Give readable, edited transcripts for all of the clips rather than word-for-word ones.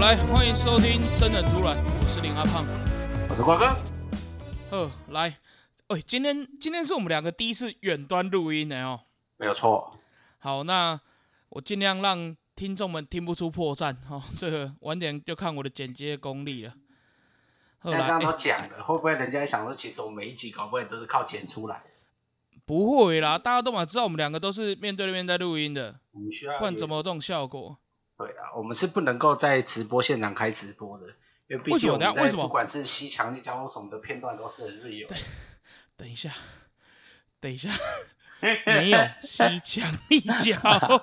来，欢迎收听《真的很突然》，我是林阿胖， 我是瓜哥。 来，今天是我们两个第一次远端录音的哦。 没有错。 好，那我尽量让听众们听不出破绽哦。这个晚点就看我的剪接功力了。 现在这样都讲了，会不会人家想说，其实我每一集搞不好都是靠剪出来？ 不会啦，大家都知道我们两个都是面对面在录音的， 我们需要， 不然怎么有这种效果？ 对啊，我们是不能够在直播现场开直播的，因为毕竟我们在不管是吸强力胶或什么的片段都是很real。 等一下，没有吸强力胶。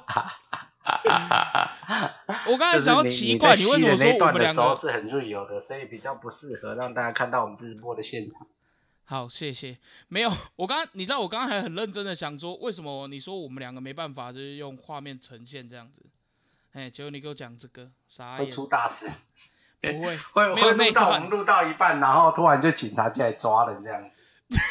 我刚才想要奇怪，你为什么说我们两个是很real的，所以比较不适合让大家看到我们直播的现场。 好，谢谢。没有，你知道我刚刚还很认真的想说，为什么你说我们两个没办法就是用画面呈现这样子？结果你给我讲这个，傻眼。 会出大事。 不会， 会录到我们录到一半，然后突然就警察进来抓人这样子。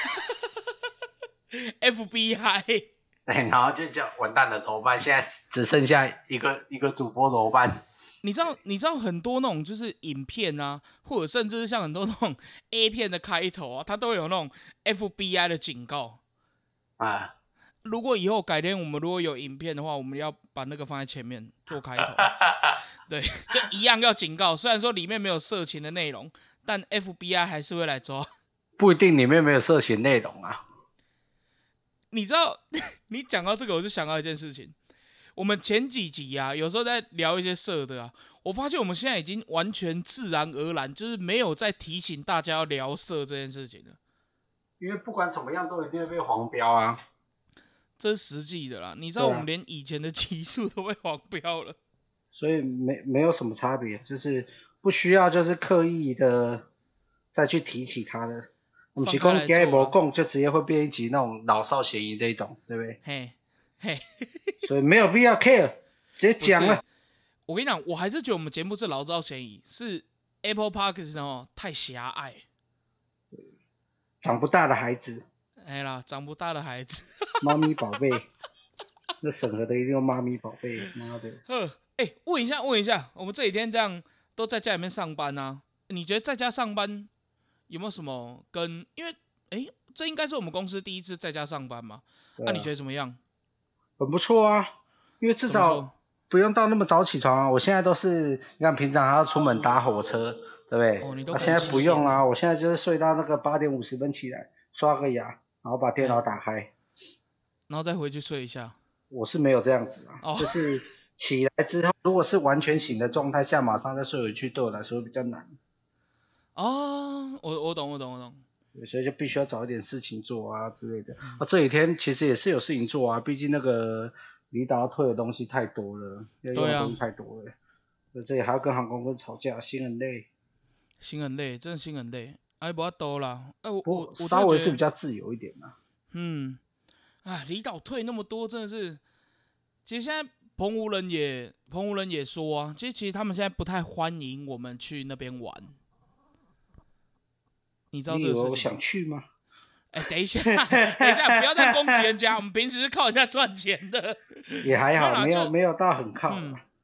FBI。 对，然后就叫完蛋了，怎么办？现在只剩下一个主播怎么办？ 你知道很多那种就是影片啊，或者甚至是像很多那种 A 片的开头啊，它都有那种 FBI 的警告啊。 如果以后改天我们如果有影片的话，我们要把那个放在前面做开头。对，就一样要警告。虽然说里面没有色情的内容，但 FBI 还是会来抓。 不一定里面没有色情内容啊。 你知道，你讲到这个，我就想到一件事情。我们前几集啊，有时候在聊一些色的啊，我发现我们现在已经完全自然而然，就是没有再提醒大家要聊色这件事情了。 因为不管怎么样，都一定会被黄标啊。 这是实际的啦，你知道我们连以前的集数都被黄标了， 所以没有什么差别，就是不需要就是刻意的再去提起它的。我们提供给没供就直接会变一集那种老少咸宜这一种，对不对？ 嘿， 所以没有必要 care， 直接讲了。 我跟你讲，我还是觉得我们节目是老少咸宜，是 Apple Podcast 太狭隘， 长不大的孩子。 长不大的孩子。 妈咪宝贝，那审核的一定要妈咪宝贝，妈的。 问一下，我们这几天这样都在家里面上班啊，你觉得在家上班有没有什么因为这应该是我们公司第一次在家上班嘛？你觉得怎么样？ 很不错啊，因为至少不用到那么早起床啊。我现在都是，你看平常还要出门搭火车，对不对？ 你都现在不用啊，我现在就是睡到那个8点50分起来，刷个牙，然后把电脑打开， 然后再回去睡一下。 我是没有这样子啊，就是起来之后，如果是完全醒的状态下，马上再睡回去，对我来说比较难。 我懂。 所以就必须要找一点事情做啊之类的。这几天其实也是有事情做啊，毕竟那个离岛要退的东西太多了，要用的东西太多了。所以这里还要跟航空公司吵架，心很累， 真的心很累。不要多啦。 我稍微是比较自由一点啦。 离岛退那么多，真的是。其实现在澎湖人也说啊，其实他们现在不太欢迎我们去那边玩。你知道这个事情吗？ 你以为我想去吗？ 等一下，不要再攻击人家。我们平时是靠人家赚钱的。 也还好，没有到很靠。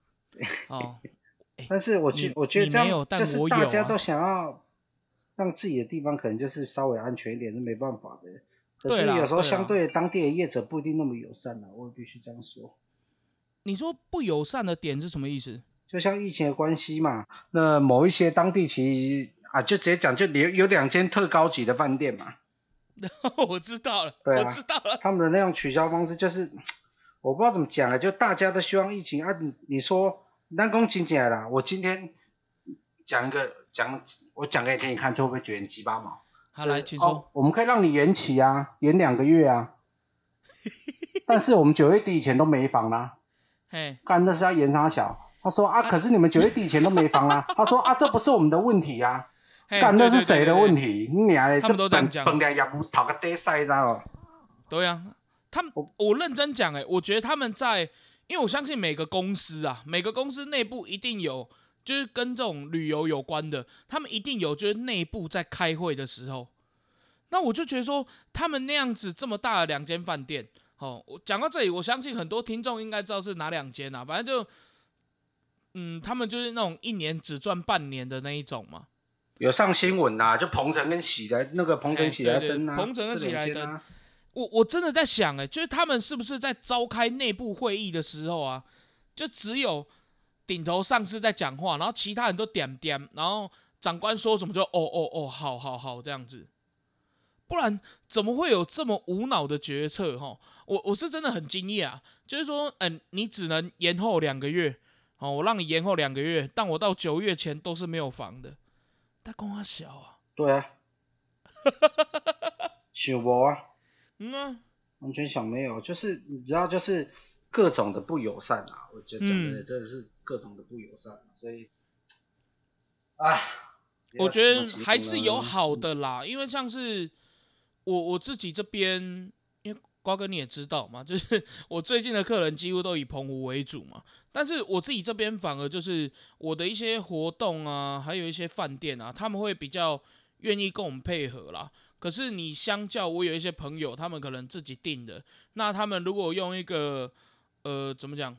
但是我觉得这样就是大家都想要让自己的地方可能就是稍微安全一点，是没办法的。可是有时候相对当地的业者不一定那么友善啊，我必须这样说。 你说不友善的点是什么意思？ 就像疫情的关系嘛，那某一些当地其实就直接讲，就有2间特高级的饭店嘛。 我知道了， 对啊， 我知道了。 他们的那种取消方式就是，我不知道怎么讲了，就大家都希望疫情啊。你说咱讲真正啦，我今天我讲给你听，你看这会不会觉得很鸡巴毛？ 好，来，请说。 我们可以让你延期啊，延2个月啊。但是我们9月底以前都没房啦。干那是要延啥小？他说可是你们9月底以前都没房啦。他说这不是我们的问题啊。干那是谁的问题？你娘嘞， 他们都这样讲。 本来也不讨个地塞，知道吗？ 对啊，我认真讲我觉得他们因为我相信每个公司内部一定有，就是跟这种旅游有关的，他们一定有就是内部在开会的时候。那我就觉得说，他们那样子这么大的2间饭店，我讲到这里，我相信很多听众应该知道是哪2间啊，反正就。 他们就是那种1年只赚半年的那一种嘛。 有上新闻啊，就鹏程跟喜来那个鹏程喜来登啊， 鹏程跟喜来登。我真的在想就是他们是不是在召开内部会议的时候啊，就只有顶头上司在讲话，然后其他人都点点，然后长官说什么就哦，好这样子，不然怎么会有这么无脑的决策我是真的很惊讶，就是说，你只能延后2个月，我让你延后2个月，但我到9月前都是没有房的，但公他小啊， 对啊，想无啊。完全想没有，就是你知道，就是各种的不友善啊。我觉得讲真的，真的是各种的不友善，所以， 我觉得还是有好的啦，因为像是我自己这边，因为瓜哥你也知道嘛，就是我最近的客人几乎都以澎湖为主嘛，但是我自己这边反而就是我的一些活动啊，还有一些饭店啊，他们会比较愿意跟我们配合啦。可是你相较我有一些朋友，他们可能自己订的，那他们如果用一个怎么讲，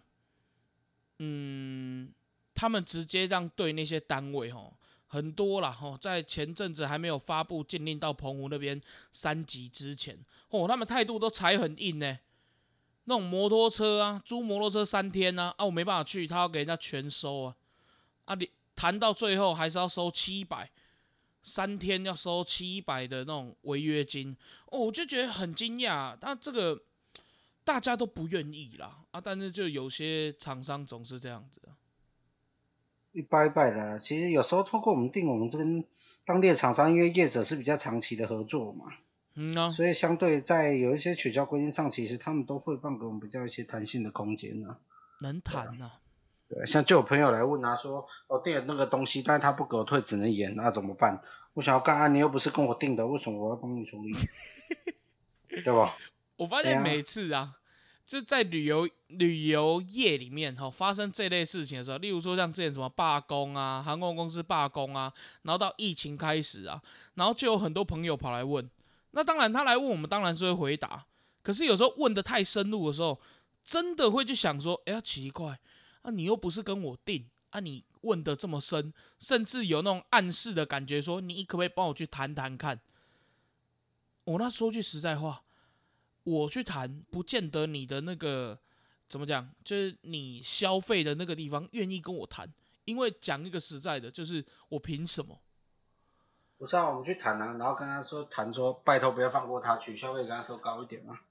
他们直接这样对那些单位很多啦在前阵子还没有发布禁令到澎湖那边3级之前他们态度都踩很硬呢。那种摩托车啊，租摩托车3天啊，我没办法去，他要给人家全收你谈到最后还是要收700，3天要收700的那种违约金我就觉得很惊讶，但这个大家都不愿意啦但是就有些厂商总是这样子一般的其实有时候透过我们订，我们这跟当地的厂商，因为业者是比较长期的合作嘛，所以相对在有一些取消规定上，其实他们都会放给我们比较一些弹性的空间能谈对，像就有朋友来问说我订了那个东西，但是他不给我退，只能延，那怎么办？我想要干你又不是跟我订的，为什么我要帮你处理？对吧？ 我发现每次就在旅游业里面发生这类事情的时候，例如说像之前什么罢工啊，航空公司罢工啊，然后到疫情开始然后就有很多朋友跑来问，那当然他来问我们当然是会回答，可是有时候问得太深入的时候，真的会去想说，奇怪你又不是跟我订你问得这么深，甚至有那种暗示的感觉说，你可不可以帮我去谈谈看？那说句实在话，我去谈，不见得你的那个怎么讲，就是你消费的那个地方愿意跟我谈，因为讲一个实在的，就是我凭什么？ 不是我们去谈然后跟他说拜托不要放过他，取消费跟他收高一点嘛。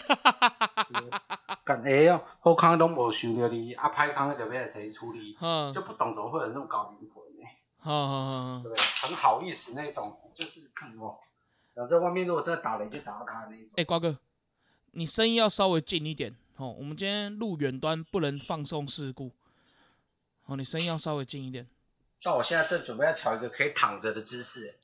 干好康都没想到你歹康就要来自己处理，就不懂怎么会有那种高灵魂对不对？很好意思那种，就是看在外面如果真的打雷就打到他那种。 瓜哥，你声音要稍微近一点我们今天录远端不能放送事故你声音要稍微近一点。 但我现在正准备要调一个可以躺着的姿势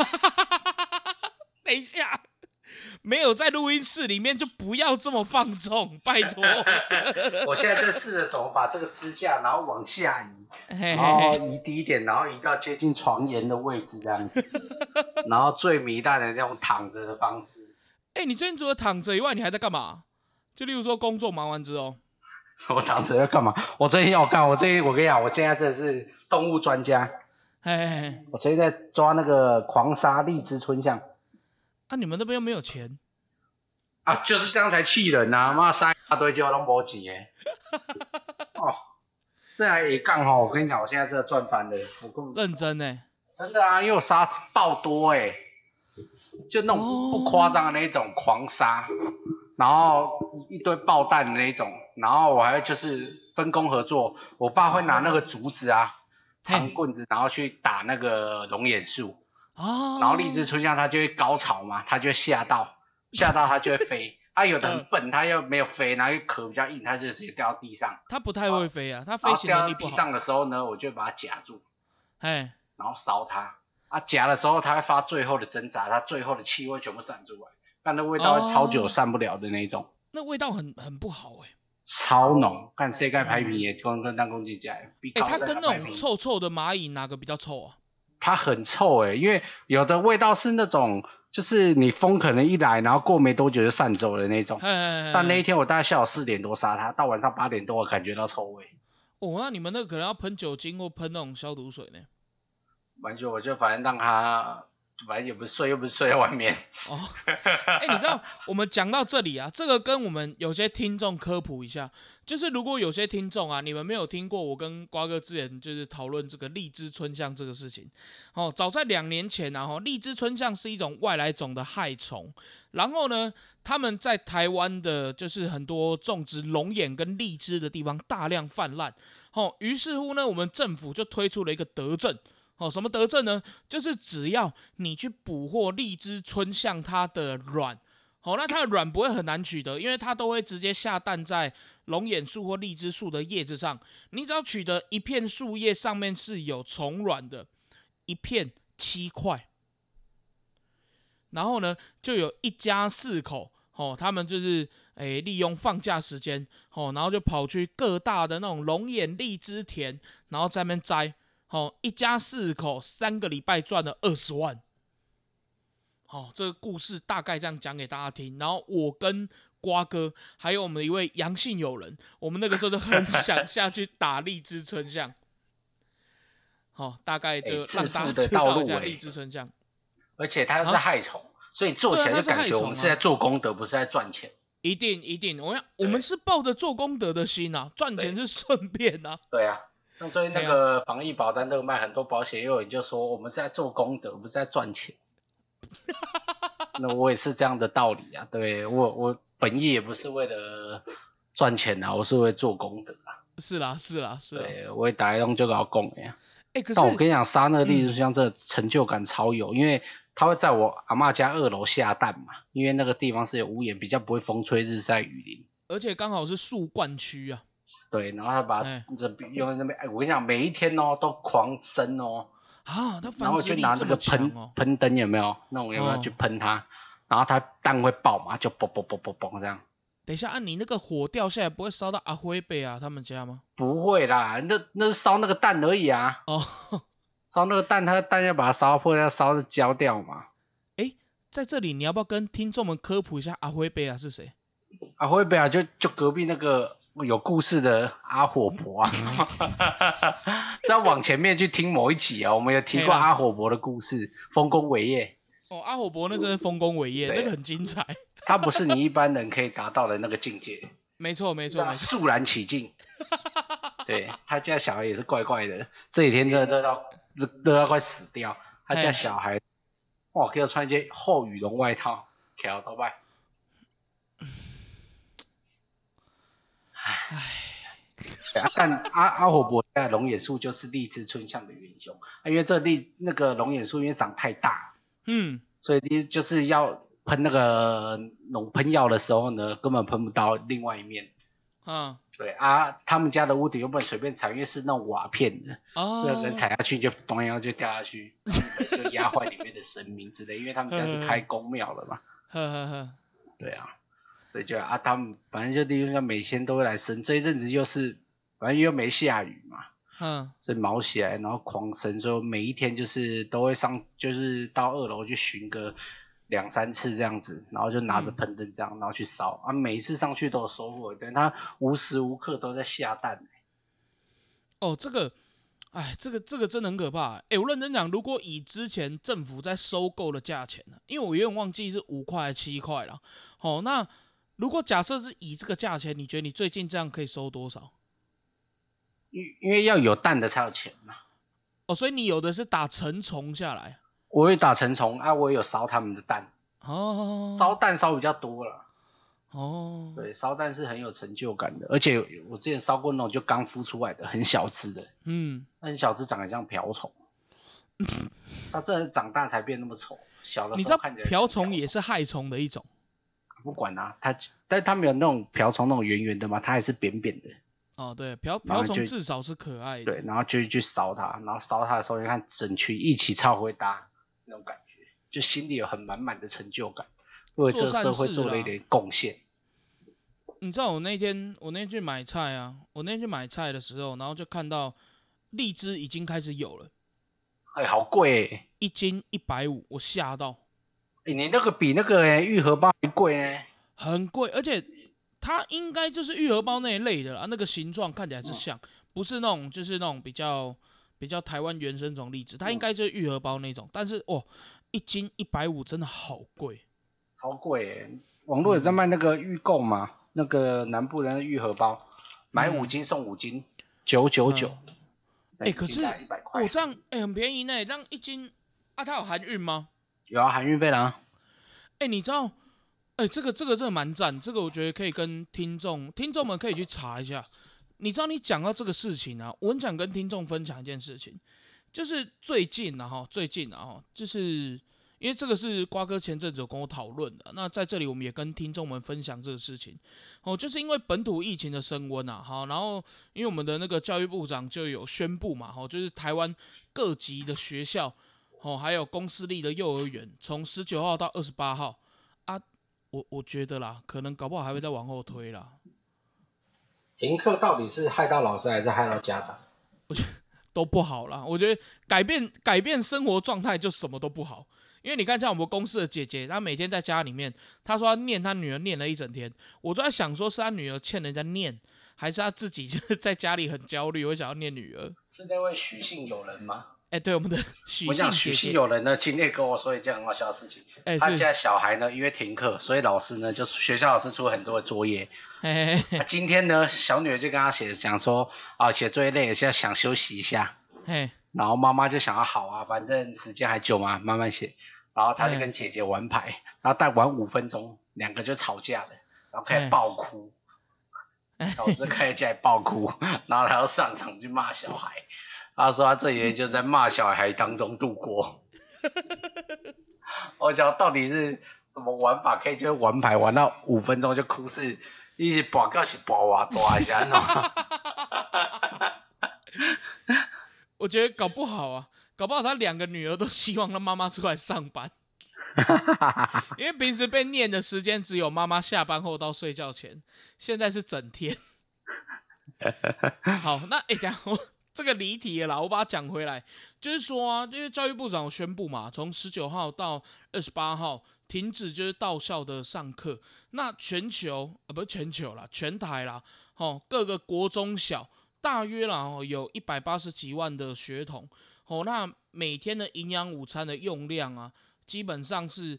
等一下，没有在录音室里面就不要这么放纵，拜托。 我现在在试着怎么把这个支架然后往下移，然后移低一点，然后移到接近床沿的位置这样子，然后最糜烂的那种躺着的方式。 你最近除了躺着以外，你还在干嘛？就例如说工作忙完之后。 我躺着要干嘛？我最近我跟你讲，我现在真的是动物专家。我最近在抓那个狂鲨荔枝春象。 你们那边又没有钱就是这样才气人妈杀一大堆结果都没钱耶。这还一杠我跟你讲，我现在真的赚翻了。 认真真的因为我杀爆多就那种不夸张的那种狂杀。然后一堆爆弹的那种，然后我还就是分工合作，我爸会拿那个竹子长棍子，然后去打那个龙眼树，然后荔枝春象它就会高潮嘛，它就会吓到它就会飞，有的很笨，它又没有飞，然后又壳比较硬，它就直接掉到地上。 它不太会飞它飞行能力不好。 掉到地上的时候呢，我就把它夹住， 然后烧它，夹的时候它会发最后的挣扎，它最后的气会全部散出来。但那味道会超久散不了的那种， 那味道很不好超浓，看世界排名也跟当公鸡架它跟那种臭臭的蚂蚁哪个比较臭它很臭因为有的味道是那种，就是你风可能一来，然后过没多久就散走的那种。但那一天我大概下午4点多杀它，到晚上8点多我感觉到臭味。 哦，那你们那个可能要喷酒精或喷那种消毒水呢？ 完全我就反正让他，反正也不是睡，又不是睡在外面。 哦，你知道我们讲到这里啊，这个跟我们有些听众科普一下，就是如果有些听众啊，你们没有听过我跟瓜哥之前就是讨论这个荔枝春象这个事情，早在2年前啊，荔枝春象是一种外来种的害虫，然后呢，他们在台湾的就是很多种植龙眼跟荔枝的地方大量泛滥，于是乎呢，我们政府就推出了一个德政。什么德政呢？就是只要你去捕获荔枝春象它的卵，那它的卵不会很难取得，因为它都会直接下蛋在龙眼树或荔枝树的叶子上。你只要取得一片树叶上面是有虫卵的，一片7块。然后呢，就有一家4口，他们就是利用放假时间，然后就跑去各大的那种龙眼荔枝田，然后在那边摘。一家4口3个礼拜赚了20万。这个故事大概这样讲给大家听。然后我跟瓜哥还有我们的一位阳性友人，我们那个时候就很想下去打荔枝春象。大概就让大家知道一下荔枝春象。 而且它又是害虫，所以做起来就感觉我们是在做功德，不是在赚钱。 一定，我们是抱着做功德的心啊，赚钱是顺便啊。 对啊。像最近那个防疫保单热卖，很多保险业有人就说我们是在做功德，不是在赚钱。那我也是这样的道理啊，对，我本意也不是为了赚钱啊，我是为了做功德啊。 是啦。 对，我会打一弄就搞讲的呀。 可是但我跟你讲，杀那个荔枝像这成就感超有，因为它会在我阿嬷家2楼下蛋嘛，因为那个地方是有屋檐，比较不会风吹日晒雨淋， 而且刚好是树冠区啊。 对，然后他把它用在那边，我跟你讲，每一天都狂生它然后就拿那个喷灯有没有？那种有没有去喷它？然后它蛋会爆嘛，就啵啵啵啵啵这样。 等一下你那个火掉下来不会烧到阿辉伯啊他们家吗？ 不会啦，那是烧那个蛋而已啊。烧那个蛋，它的蛋要把它烧破，要烧是焦掉嘛。 在这里你要不要跟听众们科普一下阿辉伯啊是谁？ 阿辉伯啊，就隔壁那个有故事的阿火伯啊。再往前面去听某一集啊，我们有提过阿火伯的故事，丰功伟业。 阿火伯那真是丰功伟业，那个很精彩。 他不是你一般人可以达到的那个境界。 没错， 肃然起敬。对，他家小孩也是怪怪的，这几天真的热到快死掉。他家小孩，哇，给我穿一件厚羽绒外套，跳到拜。但阿火伯家的龙眼树就是荔枝春象的元凶，因为那个龙眼树因为长太大，所以就是要喷那个农喷药的时候呢，根本喷不到另外一面。对啊，他们家的屋顶又不能随便踩，因为是那种瓦片的，所以人踩下去就咚一下就掉下去，就压坏里面的神明之类，因为他们家是开公庙的嘛。对啊，所以就他们反正就利用每天都会来生，这一阵子就是反正又没下雨嘛，所以毛起来，然后狂生，所以每一天就是都会上，就是到2楼去巡个2、3次这样子，然后就拿着喷灯这样，然后去烧啊，每一次上去都有收获，但他无时无刻都在下蛋。 这个真的很可怕。我认真讲，如果以之前政府在收购的价钱，因为我有点忘记是5块还是7块了。那如果假设是以这个价钱，你觉得你最近这样可以收多少？ 因为要有蛋的才有钱嘛。 所以你有的是打成虫下来。 我也打成虫啊，我也有烧他们的蛋。烧蛋烧比较多了。对，烧蛋是很有成就感的，而且我之前烧过那种就刚孵出来的很小只的，很小只长得像瓢虫。它真的长大才变那么丑，小的时候看起来。 你知道瓢虫也是害虫的一种。 不管啊，但它没有那种瓢虫那种圆圆的嘛，它还是扁扁的。 对，瓢虫至少是可爱的。 对，然后就去烧它，然后烧它的时候，你看整群一起超会搭那种感觉，就心里有很满满的成就感，为这个社会做了一点贡献。 你知道我那天去买菜啊，我那天去买菜的时候，然后就看到荔枝已经开始有了。 好贵 1斤150，我吓到。 你那个比那个玉荷包还贵很贵，而且它应该就是玉荷包那一类的啦，那个形状看起来是像， 不是那种就是那种比较台湾原生种荔枝，它应该就是玉荷包那种，但是一斤150真的好贵， 超贵耶！网络有在卖那个预购嘛，那个南部的玉荷包，买5斤送5斤，999。 可是这样很便宜呢，这样1斤啊，它有含运吗？ 有啊，含运费啦。 你知道，这个真的蛮赞，这个我觉得可以跟听众们可以去查一下。你知道你讲到这个事情啊，我很想跟听众分享一件事情，就是最近啊，就是因为这个是瓜哥前阵子有跟我讨论的，那在这里我们也跟听众们分享这个事情。就是因为本土疫情的升温啊，然后因为我们的那个教育部长就有宣布嘛，就是台湾各级的学校，还有公私立的幼儿园，从19号到28号啊，我觉得啦，可能搞不好还会再往后推啦。 停课到底是害到老师还是害到家长？ 我觉得都不好啦。我觉得改变生活状态就什么都不好。因为你看，像我们公司的姐姐，她每天在家里面，她说她念她女儿念了一整天，我都在想说是她女儿欠人家念，还是她自己就是在家里很焦虑，会想要念女儿。 是那位许姓友人吗？ 对，我们的许姓姐姐。 我讲许姓友人呢，今天跟我说一件很好笑的事情。他家小孩呢，因为停课，所以老师呢，就学校老师出了很多的作业。今天呢，小女儿就跟他讲说啊，写作业累了，现在想休息一下。然后妈妈就想要好啊，反正时间还久嘛，慢慢写。然后他就跟姐姐玩牌，然后再玩5分钟，两个就吵架了，然后开始爆哭。老师开始起来爆哭，然后他要上场去骂小孩。他说他这一天就在骂小孩当中度过。我想到底是什么玩法可以就是玩牌玩到5分钟就哭，是一直博到是博哇大一下。 我觉得搞不好他2个女儿都希望让妈妈出来上班。因为平时被念的时间只有妈妈下班后到睡觉前，现在是整天。好，那等一下这个离题了啦，我把它讲回来，就是说啊，因为教育部长有宣布嘛，从19号到28号停止就是到校的上课。那全球不是全球啦，全台啦，各个国中小大约啦有180几万的学童，那每天的营养午餐的用量啊，基本上是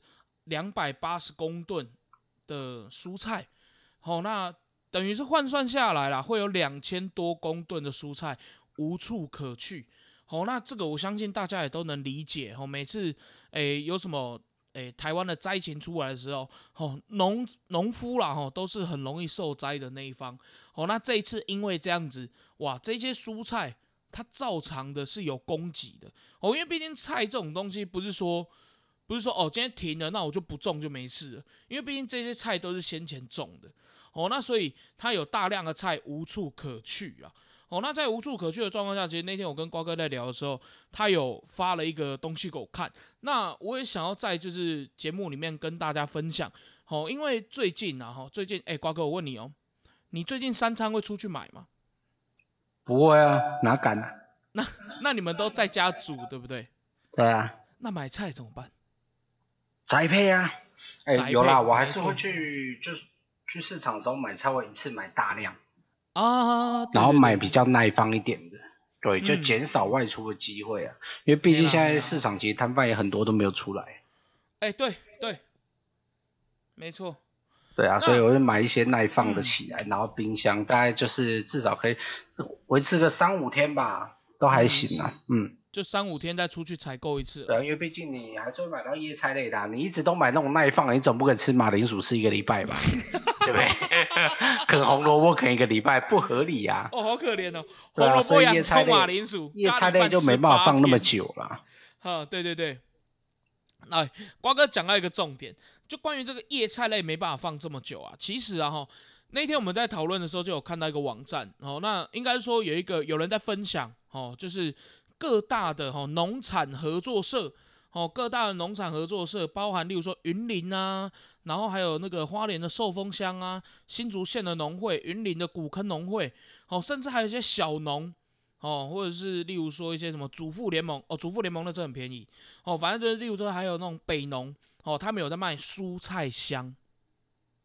280公吨的蔬菜，那等于是换算下来啦，会有2000多公吨的蔬菜无处可去。那这个我相信大家也都能理解。每次有什么台湾的灾情出来的时候，农夫啦都是很容易受灾的那一方。那这一次因为这样子，哇，这些蔬菜它照常的是有供给的。因为毕竟菜这种东西不是说今天停了，那我就不种就没事了。因为毕竟这些菜都是先前种的。那所以它有大量的菜无处可去啊。那在无处可去的状况下，其实那天我跟瓜哥在聊的时候，他有发了一个东西给我看。那我也想要在就是节目里面跟大家分享。因为最近瓜哥我问你你最近3餐会出去买吗？ 不会啊，哪敢啊？ 那你们都在家煮对不对？ 对啊。 那买菜怎么办？ 宅配啊。有啦，我还是会去市场的时候买菜，会一次买大量啊， 然后买比较耐放一点的，对，就减少外出的机会啊。因为毕竟现在市场其实摊贩也很多都没有出来。 对，没错。 对啊，所以我会买一些耐放的起来，然后冰箱大概就是至少可以维持个3-5天吧，都还行啊。 就3-5天再出去采购一次。 对，因为毕竟你还是会买到叶菜类的啊，你一直都买那种耐放的，你总不可能吃马铃薯吃1个礼拜吧？对不对？啃红萝卜啃1个礼拜不合理啊。 好可怜哦。红萝卜、洋葱、马铃薯， 叶菜类就没办法放那么久啦。 对。瓜哥讲到一个重点，就关于这个叶菜类没办法放这么久啊。其实那天我们在讨论的时候就有看到一个网站，那应该说有人在分享，就是各大的农产合作社，各大的农产合作社，包含例如说云林啊，然后还有那个花莲的寿丰乡啊，新竹县的农会，云林的古坑农会，甚至还有一些小农。或者是例如说一些什么主妇联盟主妇联盟的这很便宜反正就是例如说还有那种北农他们有在卖蔬菜箱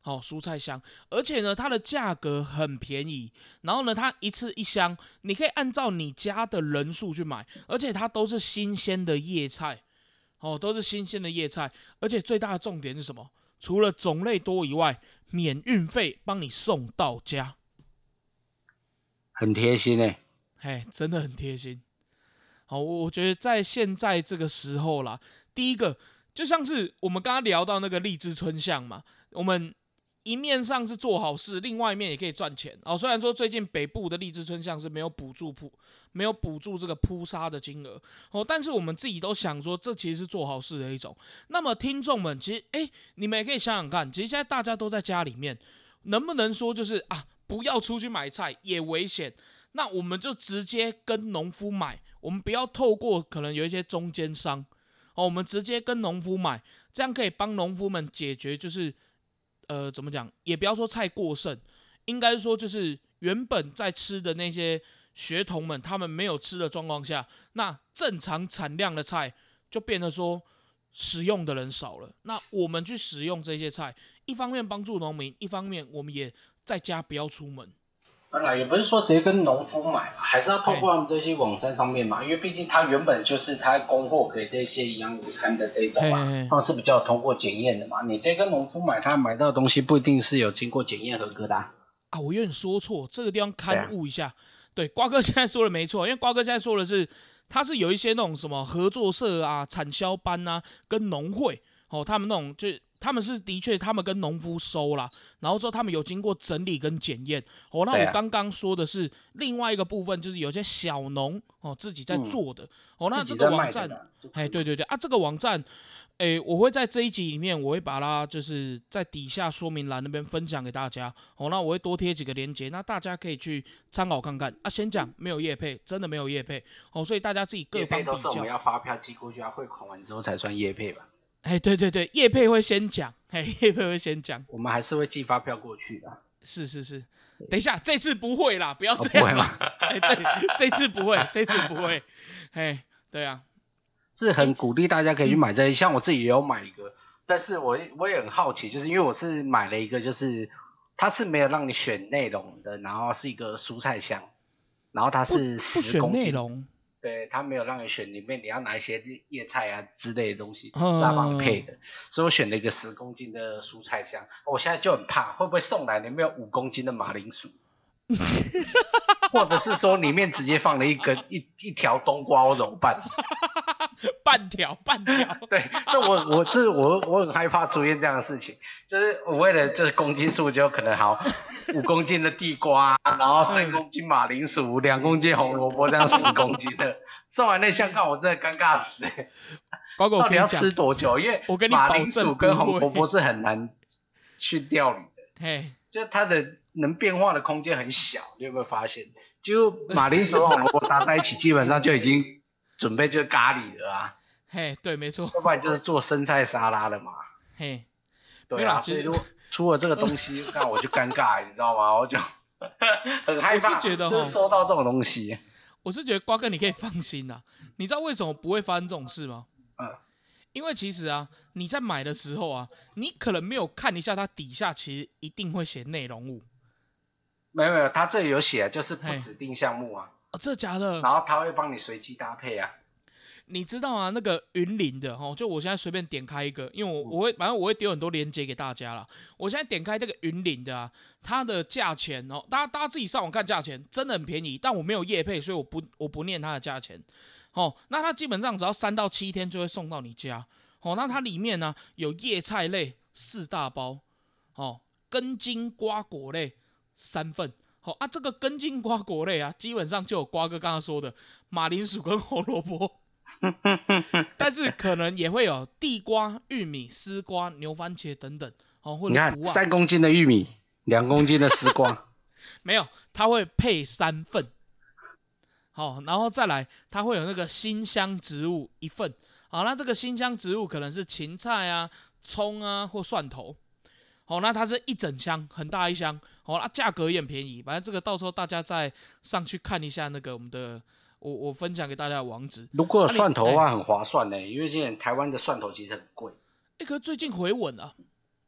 蔬菜箱，而且呢，它的价格很便宜。然后呢，它一次一箱，你可以按照你家的人数去买，而且它都是新鲜的叶菜，都是新鲜的叶菜。而且最大的重点是什么？除了种类多以外，免运费帮你送到家， 很贴心真的很贴心。好，我觉得在现在这个时候啦，第一个就像是我们刚刚聊到那个荔枝春象嘛，我们一面上是做好事，另外一面也可以赚钱。虽然说最近北部的荔枝春象是没有补助这个扑杀的金额，但是我们自己都想说，这其实是做好事的一种。那么听众们，其实你们也可以想想看，其实现在大家都在家里面，能不能说就是不要出去买菜也危险，那我们就直接跟农夫买，我们不要透过可能有一些中间商，我们直接跟农夫买，这样可以帮农夫们解决就是怎么讲，也不要说菜过剩，应该说就是原本在吃的那些学童们，他们没有吃的状况下，那正常产量的菜就变得说使用的人少了。那我们去使用这些菜，一方面帮助农民，一方面我们也在家不要出门。 当然也不是说直接跟农夫买嘛，还是要透过他们这些网站上面嘛，因为毕竟它原本就是它供货给这些营养午餐的这一种嘛，他们是比较通过检验的嘛。你直接跟农夫买，他买到的东西不一定是有经过检验合格的我有点说错，这个地方勘误一下。对，瓜哥现在说的没错，因为瓜哥现在说的是，他是有一些那种什么合作社啊、产销班啊，跟农会他们那种就。他们是的确，他们跟农夫收啦，然后之后他们有经过整理跟检验。那我刚刚说的是另外一个部分，就是有些小农自己在做的。那这个网站，对这个网站，我会在这一集里面，我会把它就是在底下说明栏那边分享给大家。那我会多贴几个连结，那大家可以去参考看看。先讲没有业配，真的没有业配所以大家自己各方比较。 业配都是我们要发票寄过去，汇款完之后才算业配吧。 对，业配会先讲，业配会先讲， 我们还是会寄发票过去的。 是，等一下，这次不会啦，不要这样啦。这次不会，对啊， 是很鼓励大家可以去买这些，像我自己也有买一个，但是我也很好奇，就是因为我是买了一个，就是它是没有让你选内容的，然后是一个蔬菜箱，然后它是10公斤。不选内容。对，他没有让你选里面你要拿一些叶菜啊之类的东西来帮你配的，所以我选了一个10公斤的蔬菜箱。我现在就很怕会不会送来里面有5公斤的马铃薯或者是说里面直接放了一条冬瓜或肉瓣半条对，这我很害怕出现这样的事情，就是我为了就是公斤数就可能好5公斤的地瓜，然后3公斤马铃薯，2公斤红萝卜，这样10公斤的送完那箱看我真的尴尬死到底要吃多久？因为马铃薯跟红萝卜是很难去料理的，就它的能变化的空间很小，你有没有发现？就马铃薯和红萝卜搭在一起，基本上就已经准备就是咖喱了啊。 对，没错， 要不然就是做生菜沙拉的嘛。对啊，所以如果出了这个东西，那我就尴尬，你知道吗？我就很害怕，就是收到这种东西。 我是觉得瓜哥你可以放心啦，你知道为什么不会发生这种事吗？因为其实你在买的时候你可能没有看一下它底下其实一定会写内容物。 没有，它这里有写，就是不指定项目这假的？ 然后它会帮你随机搭配你知道那个云林的就我现在随便点开一个，因为反正我会丢很多连结给大家啦。我现在点开这个云林的它的价钱大家自己上网看价钱，真的很便宜。但我没有业配，所以我不念它的价钱。那它基本上只要3到7天就会送到你家。那它里面呢有叶菜类4大包，根茎瓜果类3份。这个根茎瓜果类基本上就有瓜哥刚刚说的马铃薯跟红萝卜。但是可能也会有地瓜、玉米、丝瓜、牛番茄等等或者你看3公斤的玉米，2公斤的丝瓜没有，它会配3份。然后再来它会有那个辛香植物1份。那这个辛香植物可能是芹菜葱或蒜头。那它是一整箱，很大一箱。价格也很便宜，反正这个到时候大家再上去看一下那个我们的我分享给大家的网址。 如果有蒜头的话很划算因为现在台湾的蒜头其实很贵。 可是最近回稳了。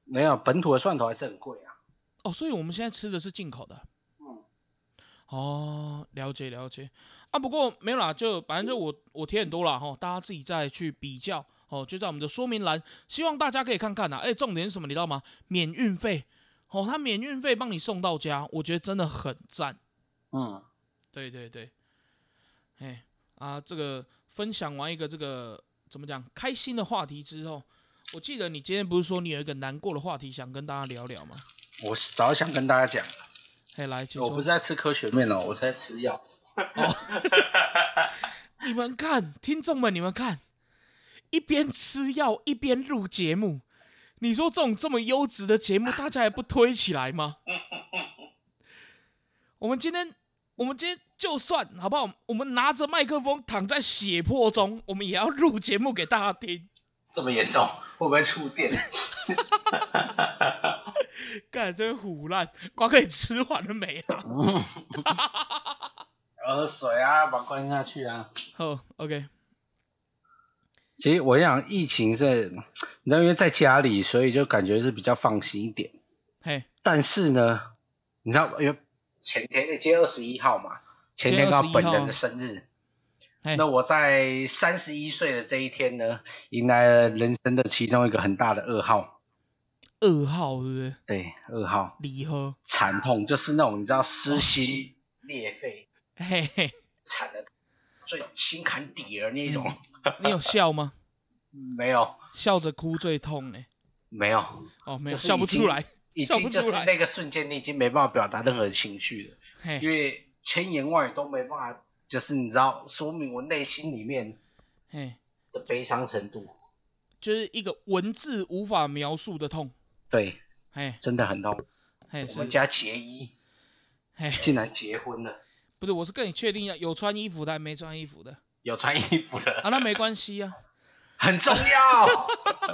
没有，本土的蒜头还是很贵啊。 哦，所以我们现在吃的是进口的。哦，了解了解。啊，不过没有啦，就反正就我贴很多啦哈，大家自己再去比较哦，就在我们的说明栏，希望大家可以看看啦。重点是什么你知道吗？免运费哦，他免运费帮你送到家，我觉得真的很赞。对对对，这个分享完一个这个怎么讲开心的话题之后，我记得你今天不是说你有一个难过的话题想跟大家聊聊吗？ 我早想跟大家讲。 来， 我不是在吃科学面哦，我是在吃药。 你们看，听众们，你们看，一边吃药一边录节目，你说这么优质的节目，大家还不推起来吗？我们今天就算好不好？我们拿着麦克风躺在血泊中，我们也要录节目给大家听。 这么严重，会不会触电？ 干，真唬烂，瓜可以吃完了没啊？ 喝水啊，把关下去啊。 好 ，OK。 其实我想，疫情是，你知道，因为在家里，所以就感觉是比较放心一点。但是呢，你知道，因为前天今天21号嘛，前天刚好本人的生日。那我在31岁的这一天呢，迎来了人生的其中一个很大的噩耗。 噩耗是不是？ 对，噩耗。 离合。 惨痛，就是那种你知道撕心裂肺，惨的最心坎底的那种。 你有笑吗？ 没有。 笑着哭最痛呢。 没有。 哦，没有，笑不出来。 已经就是那个瞬间，你已经没办法表达任何情绪了，因为千言万语都没办法，就是你知道说明我内心里面的悲伤程度， 就是一个文字无法描述的痛。 对，真的很痛。我们家结衣竟然结婚了。 不是，我是跟你确定有穿衣服的还没穿衣服的？ 有穿衣服的啊，那没关系啊， 很重要。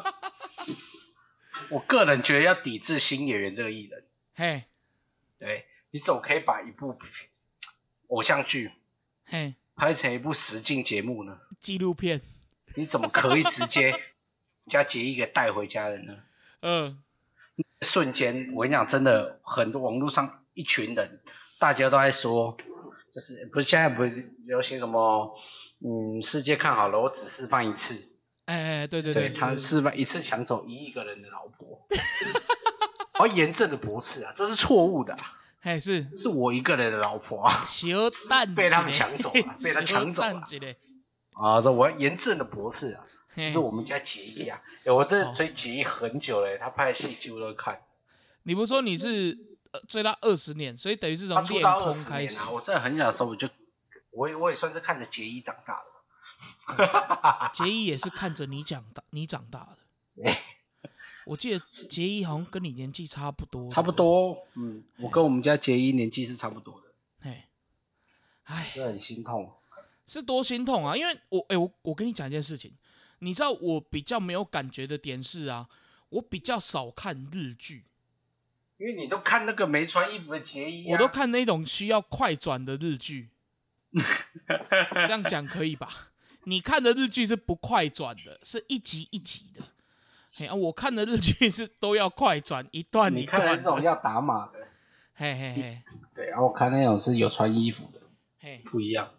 我个人觉得要抵制新演员这个艺人。对，你怎么可以把一部偶像剧拍成一部实境节目呢？ 纪录片。 你怎么可以直接将结衣给带回家了呢？瞬间，我跟你讲，真的很多网络上一群人，大家都在说，就是不是现在不是流行什么，世界看好了，我只示范一次。 对， 他示范一次抢走1亿个人的老婆，而严正的驳斥啊，这是错误的。是我一个人的老婆啊，被他们抢走了，被他抢走了。这我要严正的驳斥啊。这是我们家结衣啊，我真的追结衣很久了，他拍的戏几乎都看。 你不是说你是追他20年，所以等于是从恋空开始。 我真的很小的时候我也算是看着结衣长大的。 结衣也是看着你长大的。我记得结衣好像跟你年纪差不多。 差不多，我跟我们家结衣年纪是差不多的。这很心痛。 是多心痛啊！因为我跟你讲一件事情，你知道我比较没有感觉的点是啊，我比较少看日剧。 因为你都看那个没穿衣服的结衣我都看那种需要快转的日剧。这样讲可以吧？你看的日剧是不快转的，是一集一集的。我看的日剧是都要快转，一段一段的。 你看那种要打码的。对，然后我看那种是有穿衣服的。不一样。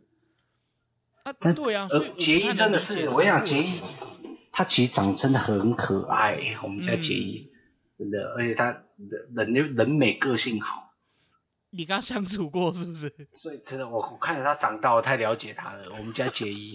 对啊， 所以结衣真的是，我跟你讲，结衣他其实长真的很可爱，我们家结衣真的，而且他人美个性好。 你跟他相处过是不是？ 所以真的，我看着他长大，我太了解他了。我们家结衣，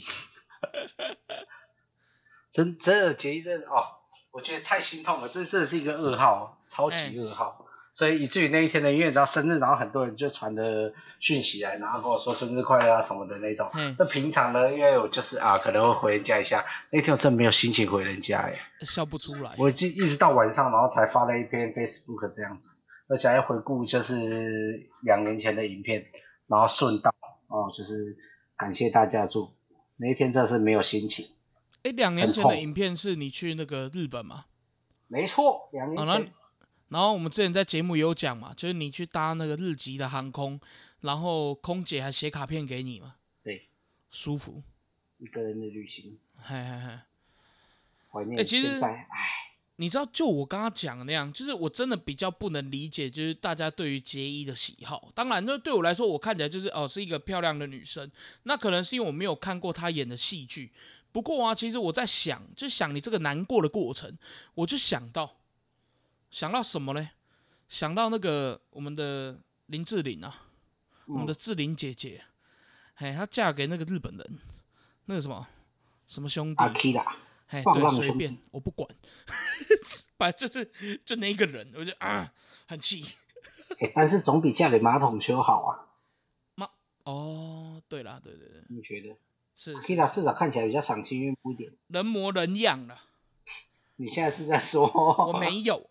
真的结衣真的我觉得太心痛了，这真的是一个噩耗，超级噩耗。所以以至于那一天呢，因为你知道生日，然后很多人就传的讯息来，然后跟我说生日快乐啊什么的那种。那平常呢，因为我就是可能会回人家一下，那天我真没有心情回人家笑不出来。 我一直到晚上，然后才发了一篇 Facebook 这样子，而且还回顾就是2年前的影片，然后顺道就是感谢大家祝福。那一天真的是没有心情。 2年前的影片是你去那个日本吗？ 没错，2年前。 然后我们之前在节目也有讲嘛，就是你去搭那个日籍的航空，然后空姐还写卡片给你嘛。对，舒服。 一个人的旅行。 怀念现在， 你知道，就我刚刚讲的那样，就是我真的比较不能理解，就是大家对于结衣的喜好。当然，那对我来说，我看起来就是是一个漂亮的女生。那可能是因为我没有看过她演的戏剧。不过啊，其实我在想，就想你这个难过的过程，我就想到什么呢？想到那个我们的林志玲啊，我们的志玲姐姐，她嫁给那个日本人，那个什么兄弟。 阿 K 啦。 对，随便，我不管，反正就那一个人，我就很气。 但是总比嫁给马桶球好啊。 对啦，对， 你觉得？ 是 Kira 至少看起来比较赏心悦目一点， 人模人样了。 你现在是在说？ 我没有。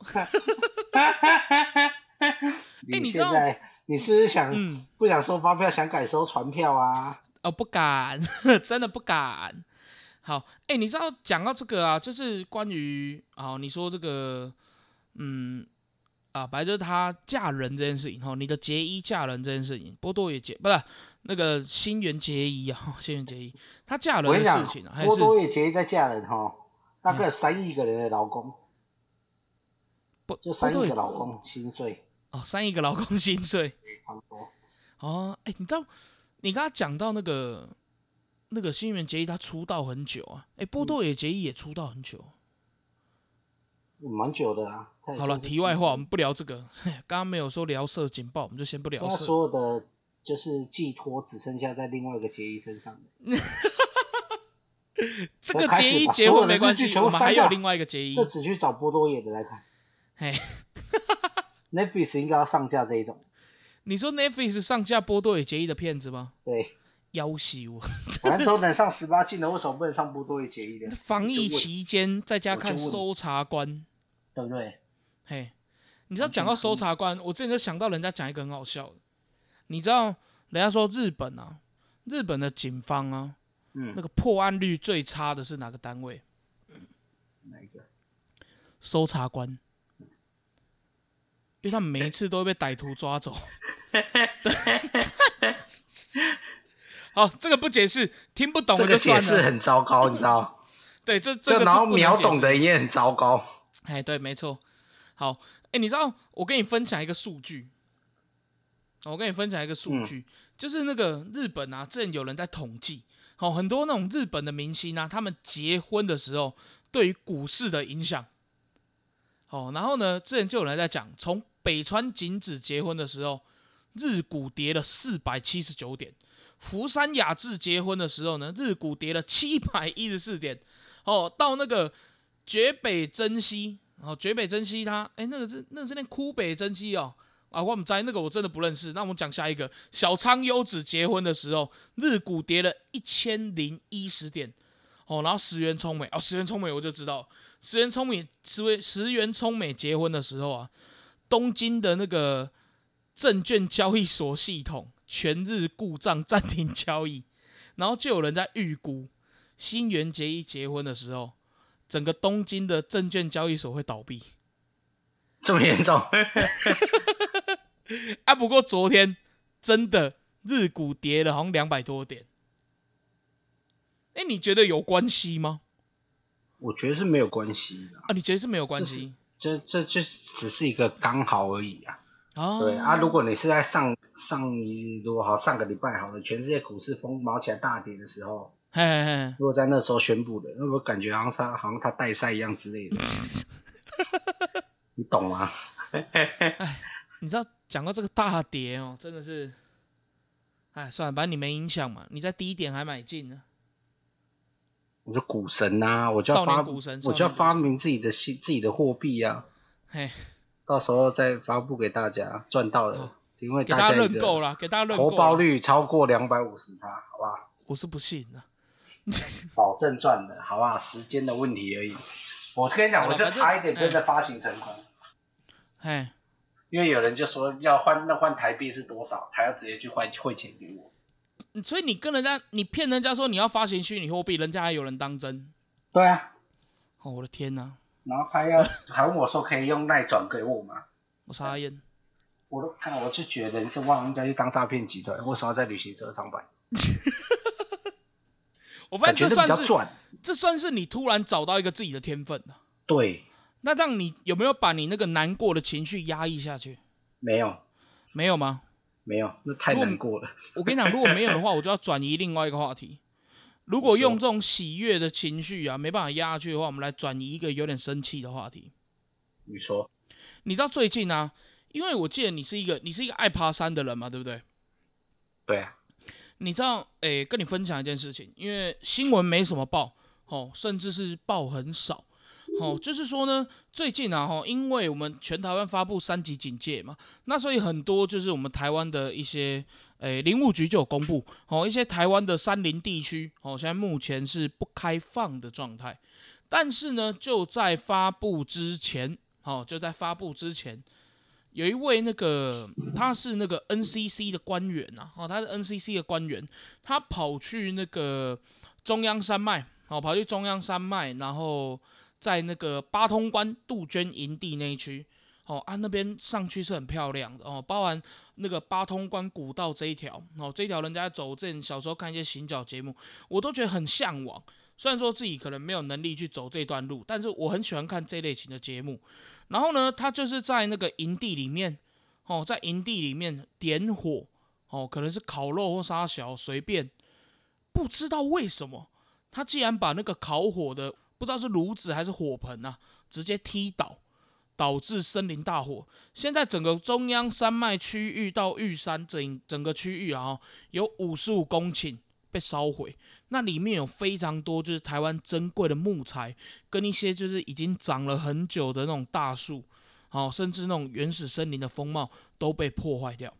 你现在你是不是想不想收发票，想改收传票啊？ 不敢，真的不敢。好，你知道讲到这个啊，就是关于你说这个，本来就是她嫁人这件事情，你的结衣嫁人这件事情，波多野结不是那个新垣结衣啊，新垣结衣她嫁人的事情啊， 波多野结衣在嫁人大概3亿个人的老公，就3亿个老公心碎 ，3亿个老公心碎， 差不多。 你知道你刚刚讲到那个新垣结衣他出道很久啊，波多野结衣也出道很久， 蛮久的啦。 好了，题外话，我们不聊这个。刚刚没有说聊色警报，我们就先不聊色。 他所有的就是寄托只剩下在另外一个结衣身上的。 这个结衣结婚没关系，我们还有另外一个结衣。 这只去找波多野的来看。Netflix 应该要上架这一种。 你说 Netflix 上架波多野结衣的片子吗？ 对。 要死我！ 反正都能上18禁的，为什么不能上波多野结衣的？ 防疫期间在家看《搜查官》， 对不对？ 你知道讲到搜查官，我之前就想到人家讲一个很好笑的，你知道人家说日本的警方啊，那个破案率最差的是哪个单位？ 哪一个？ 搜查官，因为他们每一次都会被歹徒抓走。好，这个不解释，听不懂就算了。 这个解释很糟糕，你知道？ 对，这个然后秒懂的也很糟糕。 对，没错。好，你知道我跟你分享一个数据，就是那个日本啊，之前有人在统计，很多那种日本的明星啊，他们结婚的时候对于股市的影响。然后呢，之前就有人在讲，从北川景子结婚的时候，日股跌了479点。福山雅治结婚的时候呢，日股跌了714点。到那个绝北真希，绝北真希他，那个是那哭北真希我不知道，那个我真的不认识。那我们讲下一个，小仓优子结婚的时候，日股跌了1010点。然后石原聪美，石原聪美我就知道，石原聪美结婚的时候啊，东京的那个证券交易所系统全日故障暂停交易，然后就有人在预估新垣结衣结婚的时候，整个东京的证券交易所会倒闭， 这么严重？ 不过昨天真的日股跌了好像200多点，你觉得有关系吗？ 我觉得是没有关系的。 你觉得是没有关系？ 这就只是一个刚好而已啊。对啊，如果你是在上个礼拜好了，全世界股市风毛起来大跌的时候，如果在那时候宣布的，那我感觉好像他代赛一样之类的，你懂吗？ 你知道讲到这个大跌真的是，算了，反正你没影响嘛，你在低点还买进呢。 我就股神啊，我就要发明自己的货币啊。到时候再发布给大家，赚到了，因为大家认购了，给大家认购， 投报率超过250%，好吧？ 我是不信的， 保证赚的，好不好？时间的问题而已。我跟你讲，我就差一点真的发行成功。因为有人就说要换台币是多少，他要直接去汇钱给我。 所以你骗人家说你要发行虚拟货币，人家还有人当真？ 对啊。 我的天哪！ 然后还问我说可以用赖转给我吗？ 我傻眼。 我就觉得人生应该去当诈骗集团，为什么要在旅行社上班？ 我发现这算是你突然找到一个自己的天分。 对。 那这样你有没有把你那个难过的情绪压抑下去？ 没有。 没有吗？ 没有，那太难过了。 我跟你讲，如果没有的话，我就要转移另外一个话题。如果用这种喜悦的情绪啊，没办法压下去的话，我们来转移一个有点生气的话题。 你说， 你知道最近啊，因为我记得你是一个爱爬山的人嘛，对不对？ 对啊。 你知道，跟你分享一件事情，因为新闻没什么报，甚至是报很少。就是说呢，最近啊，因为我们全台湾发布3级警戒嘛，那所以很多就是我们台湾的一些，林务局就有公布，一些台湾的山林地区，现在目前是不开放的状态。但是呢，就在发布之前，有一位他是那个 NCC 的官员啊，他是 NCC 的官员，他跑去那个中央山脉，然后在那个八通关杜鹃营地那一区，那边上去是很漂亮的包含那个八通关古道这一条，这一条人家走，之前小时候看一些行脚节目，我都觉得很向往。虽然说自己可能没有能力去走这段路，但是我很喜欢看这类型的节目。然后呢，他就是在那个营地里面，在营地里面点火，可能是烤肉或沙小随便，不知道为什么，他竟然把那个烤火的不知道是炉子还是火盆啊，直接踢倒，导致森林大火。现在整个中央山脉区域到玉山整个区域啊，有55公顷被烧毁。那里面有非常多就是台湾珍贵的木材，跟一些就是已经长了很久的那种大树，甚至那种原始森林的风貌都被破坏掉。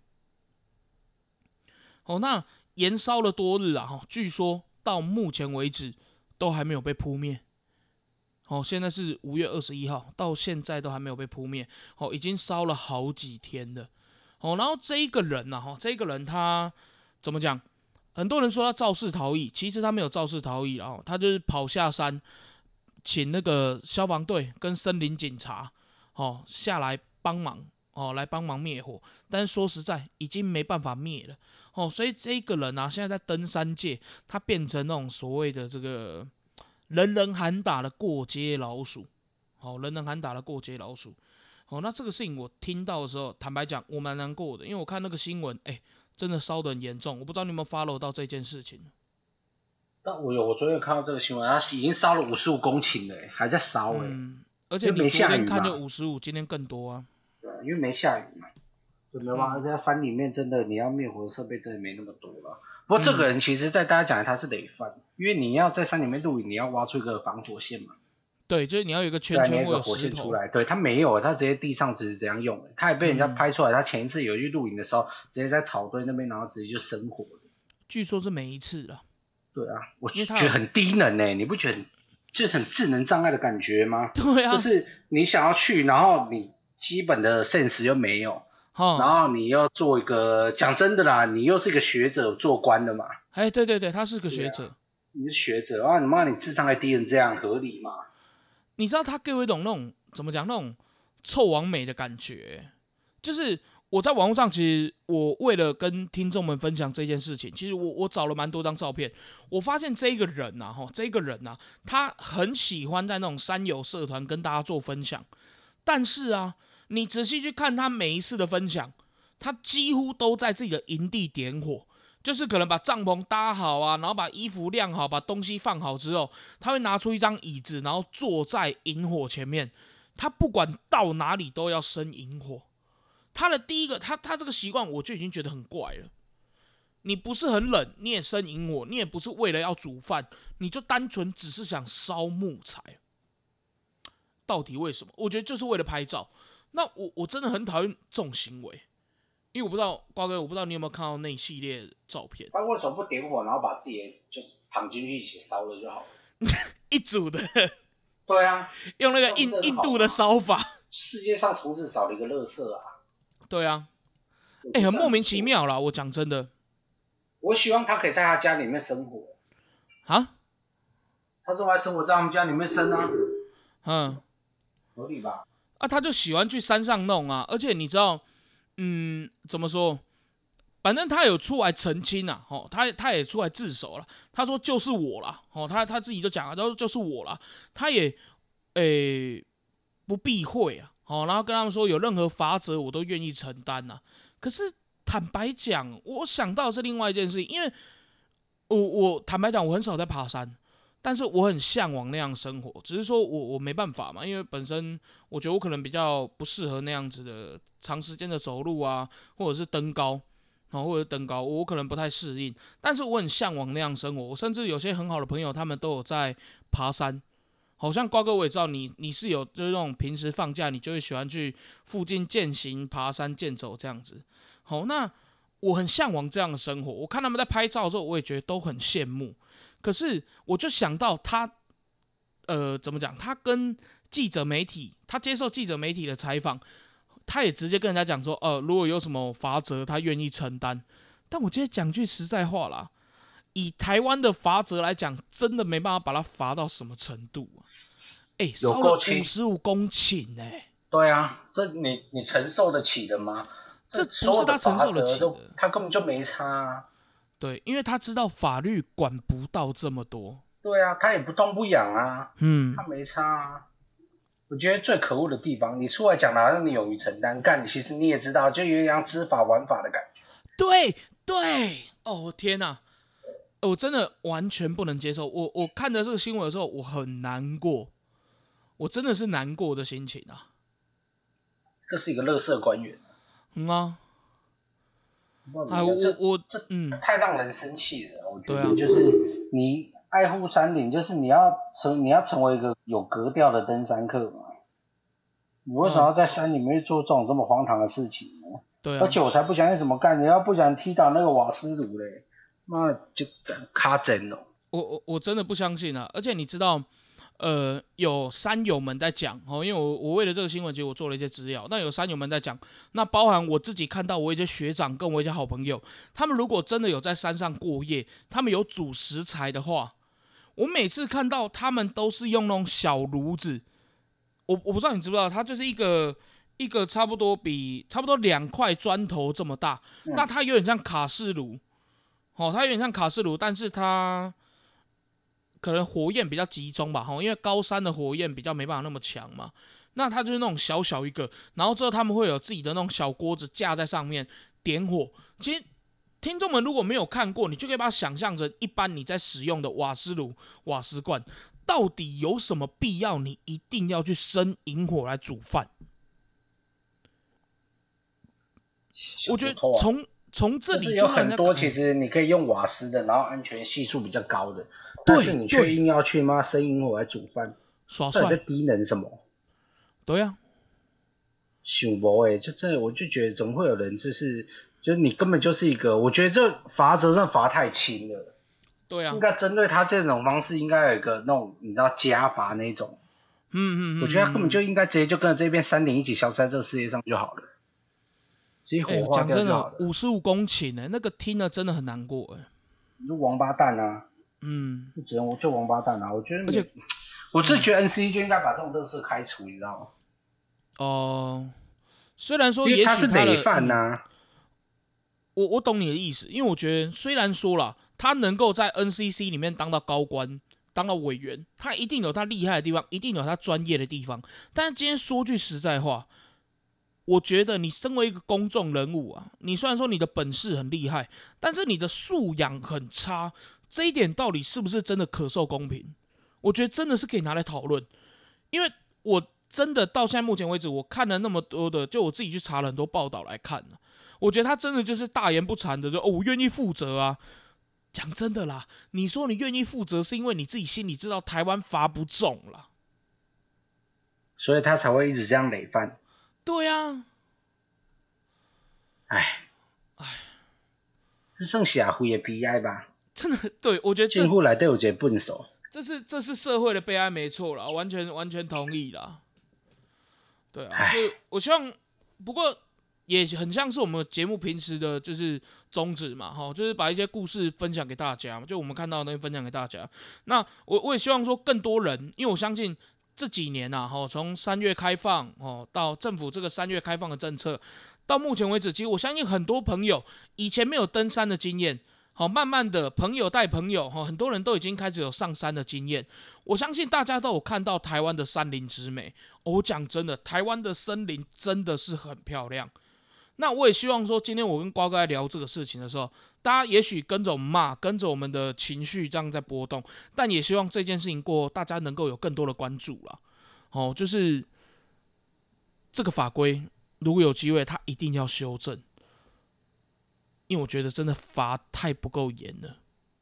那延烧了多日啊，据说到目前为止都还没有被扑灭。现在是5月21号，到现在都还没有被扑灭，已经烧了好几天了。然后这一个人他怎么讲？很多人说他肇事逃逸，其实他没有肇事逃逸，他就是跑下山，请那个消防队跟森林警察，下来帮忙，来帮忙灭火。但是说实在，已经没办法灭了，所以这个人啊，现在在登山界，他变成那种所谓的这个人人喊打的过街老鼠，人人喊打的过街老鼠。那这个事情我听到的时候，坦白讲，我蛮难过的，因为我看那个新闻，真的烧得很严重，我不知道你有没有 follow 到这件事情。 但我昨天看到这个新闻，它已经烧了55公顷了，还在烧而且你昨天看就55，今天更多啊。 对，因为没下雨嘛，就没有办法。而且山里面真的你要灭火的设备真的没那么多了。不过这个人其实在大家讲他是累犯，因为你要在山里面露营，你要挖出一个防火线嘛。 对，就是你要有一个圈圈或者火线出来。对，他没有，他直接地上只是这样用的，他也被人家拍出来。他前一次有去露营的时候，直接在草堆那边，然后直接就生火了。 据说是每一次啦。 对啊，我觉得很低能你不觉得就是很智能障碍的感觉吗？ 对啊， 就是你想要去，然后你基本的 sense 又没有，然后你又做一个，讲真的啦，你又是一个学者做官的嘛。 对，他是个学者。 你是学者啊，你智商还低成这样，合理吗？ 你知道他给我一种那种怎么讲，那种臭完美的感觉。就是我在网络上，其实我为了跟听众们分享这件事情，其实我找了蛮多张照片。我发现这个人啊，他很喜欢在那种山友社团跟大家做分享。但是啊，你仔细去看他每一次的分享，他几乎都在自己的营地点火。就是可能把帐篷搭好啊，然后把衣服晾好，把东西放好之后，他会拿出一张椅子，然后坐在萤火前面。他不管到哪里都要生萤火。他的第一个，他这个习惯我就已经觉得很怪了。你不是很冷，你也生萤火，你也不是为了要煮饭，你就单纯只是想烧木材。到底为什么？我觉得就是为了拍照。那我真的很讨厌这种行为。因为我不知道瓜哥，我不知道你有没有看到那一系列照片。 他为什么不点火，然后把自己就是躺进去一起烧了就好了？ 一组的。 对啊， 用那个印度的烧法。 世界上从此少了一个垃圾啊。 对啊，很莫名其妙啦。我讲真的， 我希望他可以在他家里面生火。 啊？ 他说还生火在他们家里面生啊。合理吧？ 他就喜欢去山上弄啊，而且你知道。怎么说？反正他有出来澄清啊，他也出来自首了。他说就是我啦，他自己就讲了，他说就是我啦。他也， 不避讳啊，然后跟他们说有任何罚则我都愿意承担啊。可是坦白讲，我想到的是另外一件事情，因为我坦白讲，我很少在爬山，但是我很向往那样生活，只是说我没办法嘛，因为本身我觉得我可能比较不适合那样子的长时间的走路啊，或者是登高。我可能不太适应，但是我很向往那样生活。我甚至有些很好的朋友，他们都有在爬山。好像瓜哥我也知道你是有就是那种平时放假你就会喜欢去附近健行、爬山、健走这样子。好，那我很向往这样的生活。我看他们在拍照的时候，我也觉得都很羡慕。可是我就想到他，怎么讲？他跟记者媒体，他接受记者媒体的采访。他也直接跟人家讲说，如果有什么罚则，他愿意承担。但我今天讲句实在话啦，以台湾的罚则来讲，真的没办法把他罚到什么程度啊？烧了55公顷对啊，这你承受得起的吗？ 这不是他承受得起的， 他根本就没差啊。 对，因为他知道法律管不到这么多。 对啊，他也不痛不痒啊。他没差啊。我觉得最可恶的地方，你出来讲的好像你勇于承担，干其实你也知道，就有点像知法玩法的感觉。 对，哦天哪，我真的完全不能接受。我看着这个新闻的时候，我很难过，我真的是难过的心情啊。 这是一个垃圾官员。太让人生气了。我觉得就是你爱护山林，就是你要成为一个有格调的登山客嘛。你为什么要在山里面做这种这么荒唐的事情呢？ 对啊。 而且我才不相信怎么干，你要不想踢倒那个瓦斯炉嘞，妈就卡整了。 我真的不相信啊！而且你知道，有山友们在讲因为我为了这个新闻，其实我做了一些资料。那有山友们在讲，那包含我自己看到，我一些学长跟我一些好朋友，他们如果真的有在山上过夜，他们有煮食材的话，我每次看到他们都是用那种小炉子。我不知道你知不知道，它就是一个差不多2块砖头这么大，那它有点像卡式炉，它有点像卡式炉，但是它可能火焰比较集中吧，因为高山的火焰比较没办法那么强嘛。那它就是那种小小一个，然后之后他们会有自己的那种小锅子架在上面点火。其实听众们如果没有看过，你就可以把它想象成一般你在使用的瓦斯炉、瓦斯罐。到底有什么必要你一定要去生引火来煮饭？我觉得从这里就很多，其实你可以用瓦斯的，然后安全系数比较高的，但是你却硬要去生引火来煮饭， 耍帅， 在低能什么？ 对啊， 想不就这我就觉得总会有人就是你根本就是一个，我觉得这罚则真的罚太轻了。 对啊， 应该针对他这种方式，应该有一个那种你知道加罚那种。我觉得他根本就应该直接就跟着这边山林一起消失在这个世界上就好了，直接火化掉就好了。 55公顷那个听了真的很难过你说王八蛋啊！就只能就王八蛋啊！我觉得，而且我是觉得 NC 就应该把这种垃圾开除，你知道吗？虽然说也许他是累犯啊。 我懂你的意思，因为我觉得虽然说啦。他能够在 NCC 里面当到高官、当到委员，他一定有他厉害的地方，一定有他专业的地方。但是今天说句实在话，我觉得你身为一个公众人物啊，你虽然说你的本事很厉害，但是你的素养很差，这一点到底是不是真的可受公平？我觉得真的是可以拿来讨论。因为我真的到现在目前为止，我看了那么多的，就我自己去查了很多报道来看我觉得他真的就是大言不惭的说，我愿意负责啊。讲真的啦，你说你愿意负责，是因为你自己心里知道台湾罚不中啦， 所以他才会一直这样累犯。 对啊， 这算社会的悲哀吧？ 真的，对，我觉得政府内底有一个笨手， 这是社会的悲哀，没错啦，完全同意啦。对啊，所以我希望，不过。也很像是我们节目平时的就是宗旨嘛，就是把一些故事分享给大家，就我们看到的东西分享给大家。那我也希望说更多人，因为我相信这几年从3月开放到政府这个3月开放的政策，到目前为止，其实我相信很多朋友以前没有登山的经验， 好，慢慢的朋友带朋友，很多人都已经开始有上山的经验。我相信大家都有看到台湾的山林之美。我讲真的，台湾的森林真的是很漂亮。那我也希望说，今天我跟瓜哥在聊这个事情的时候，大家也许跟着我们骂，跟着我们的情绪这样在波动，但也希望这件事情过后，大家能够有更多的关注啦。就是这个法规，如果有机会，它一定要修正。因为我觉得真的罚太不够严了，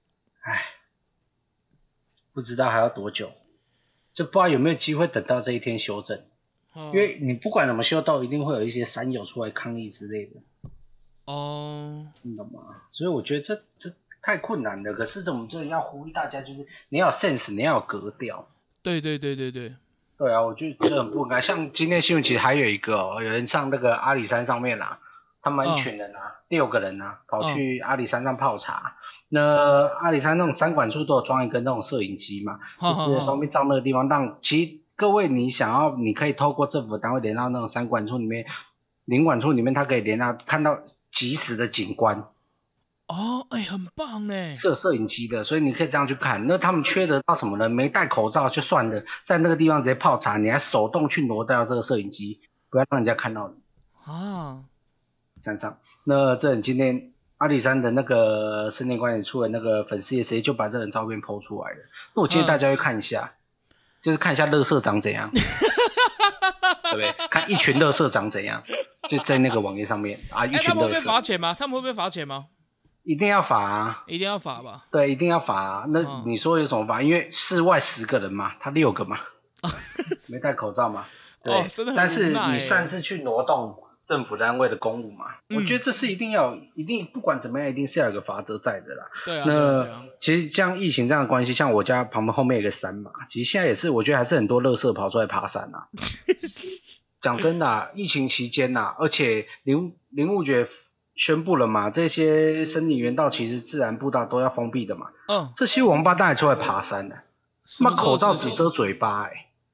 不知道还要多久，这不知道有没有机会等到这一天修正，因为你不管怎么修，都一定会有一些山友出来抗议之类的。你懂吗？所以我觉得这太困难了。可是我们这要呼吁大家，就是你要有 sense， 你要有格调。 对啊，我觉得这很不应该。像今天新闻其实还有一个有人上那个阿里山上面啦。他们一群人6个人跑去阿里山上泡茶。那阿里山那种山管处都有装一个那种摄影机嘛，就是方便照那个地方，让其实各位你可以透过政府单位连到那种山管处里面、林管处里面，它可以连到看到即时的景观。 很棒呢， 是有摄影机的，所以你可以这样去看。那他们缺得到什么呢？没戴口罩就算了，在那个地方直接泡茶，你还手动去挪掉这个摄影机，不要让人家看到你山上。那这今天阿里山的那个森林管理处的那个粉丝也直接就把这人照片 po 出来了。那我建议大家去看一下，就是看一下垃圾长怎样，对不对？看一群垃圾长怎样，就在那个网页上面一群垃圾。 他们会被罚钱吗？ 一定要罚一定要罚吧？ 对，一定要罚那你说有什么罚？因为室外10个人嘛，他6个嘛，没戴口罩嘛，对， 真的很无奈。 但是你擅自去挪动政府单位的公务嘛，我觉得这是一定不管怎么样，一定是要有个罚则在的啦。 对啊。 那其实像疫情这样的关系，像我家旁边后面有个山嘛，其实现在也是，我觉得还是很多垃圾跑出来爬山啊。讲真的疫情期间而且林务局宣布了嘛，这些森林园道其实自然步道都要封闭的嘛。这些王八蛋还出来爬山的，他妈口罩只遮嘴巴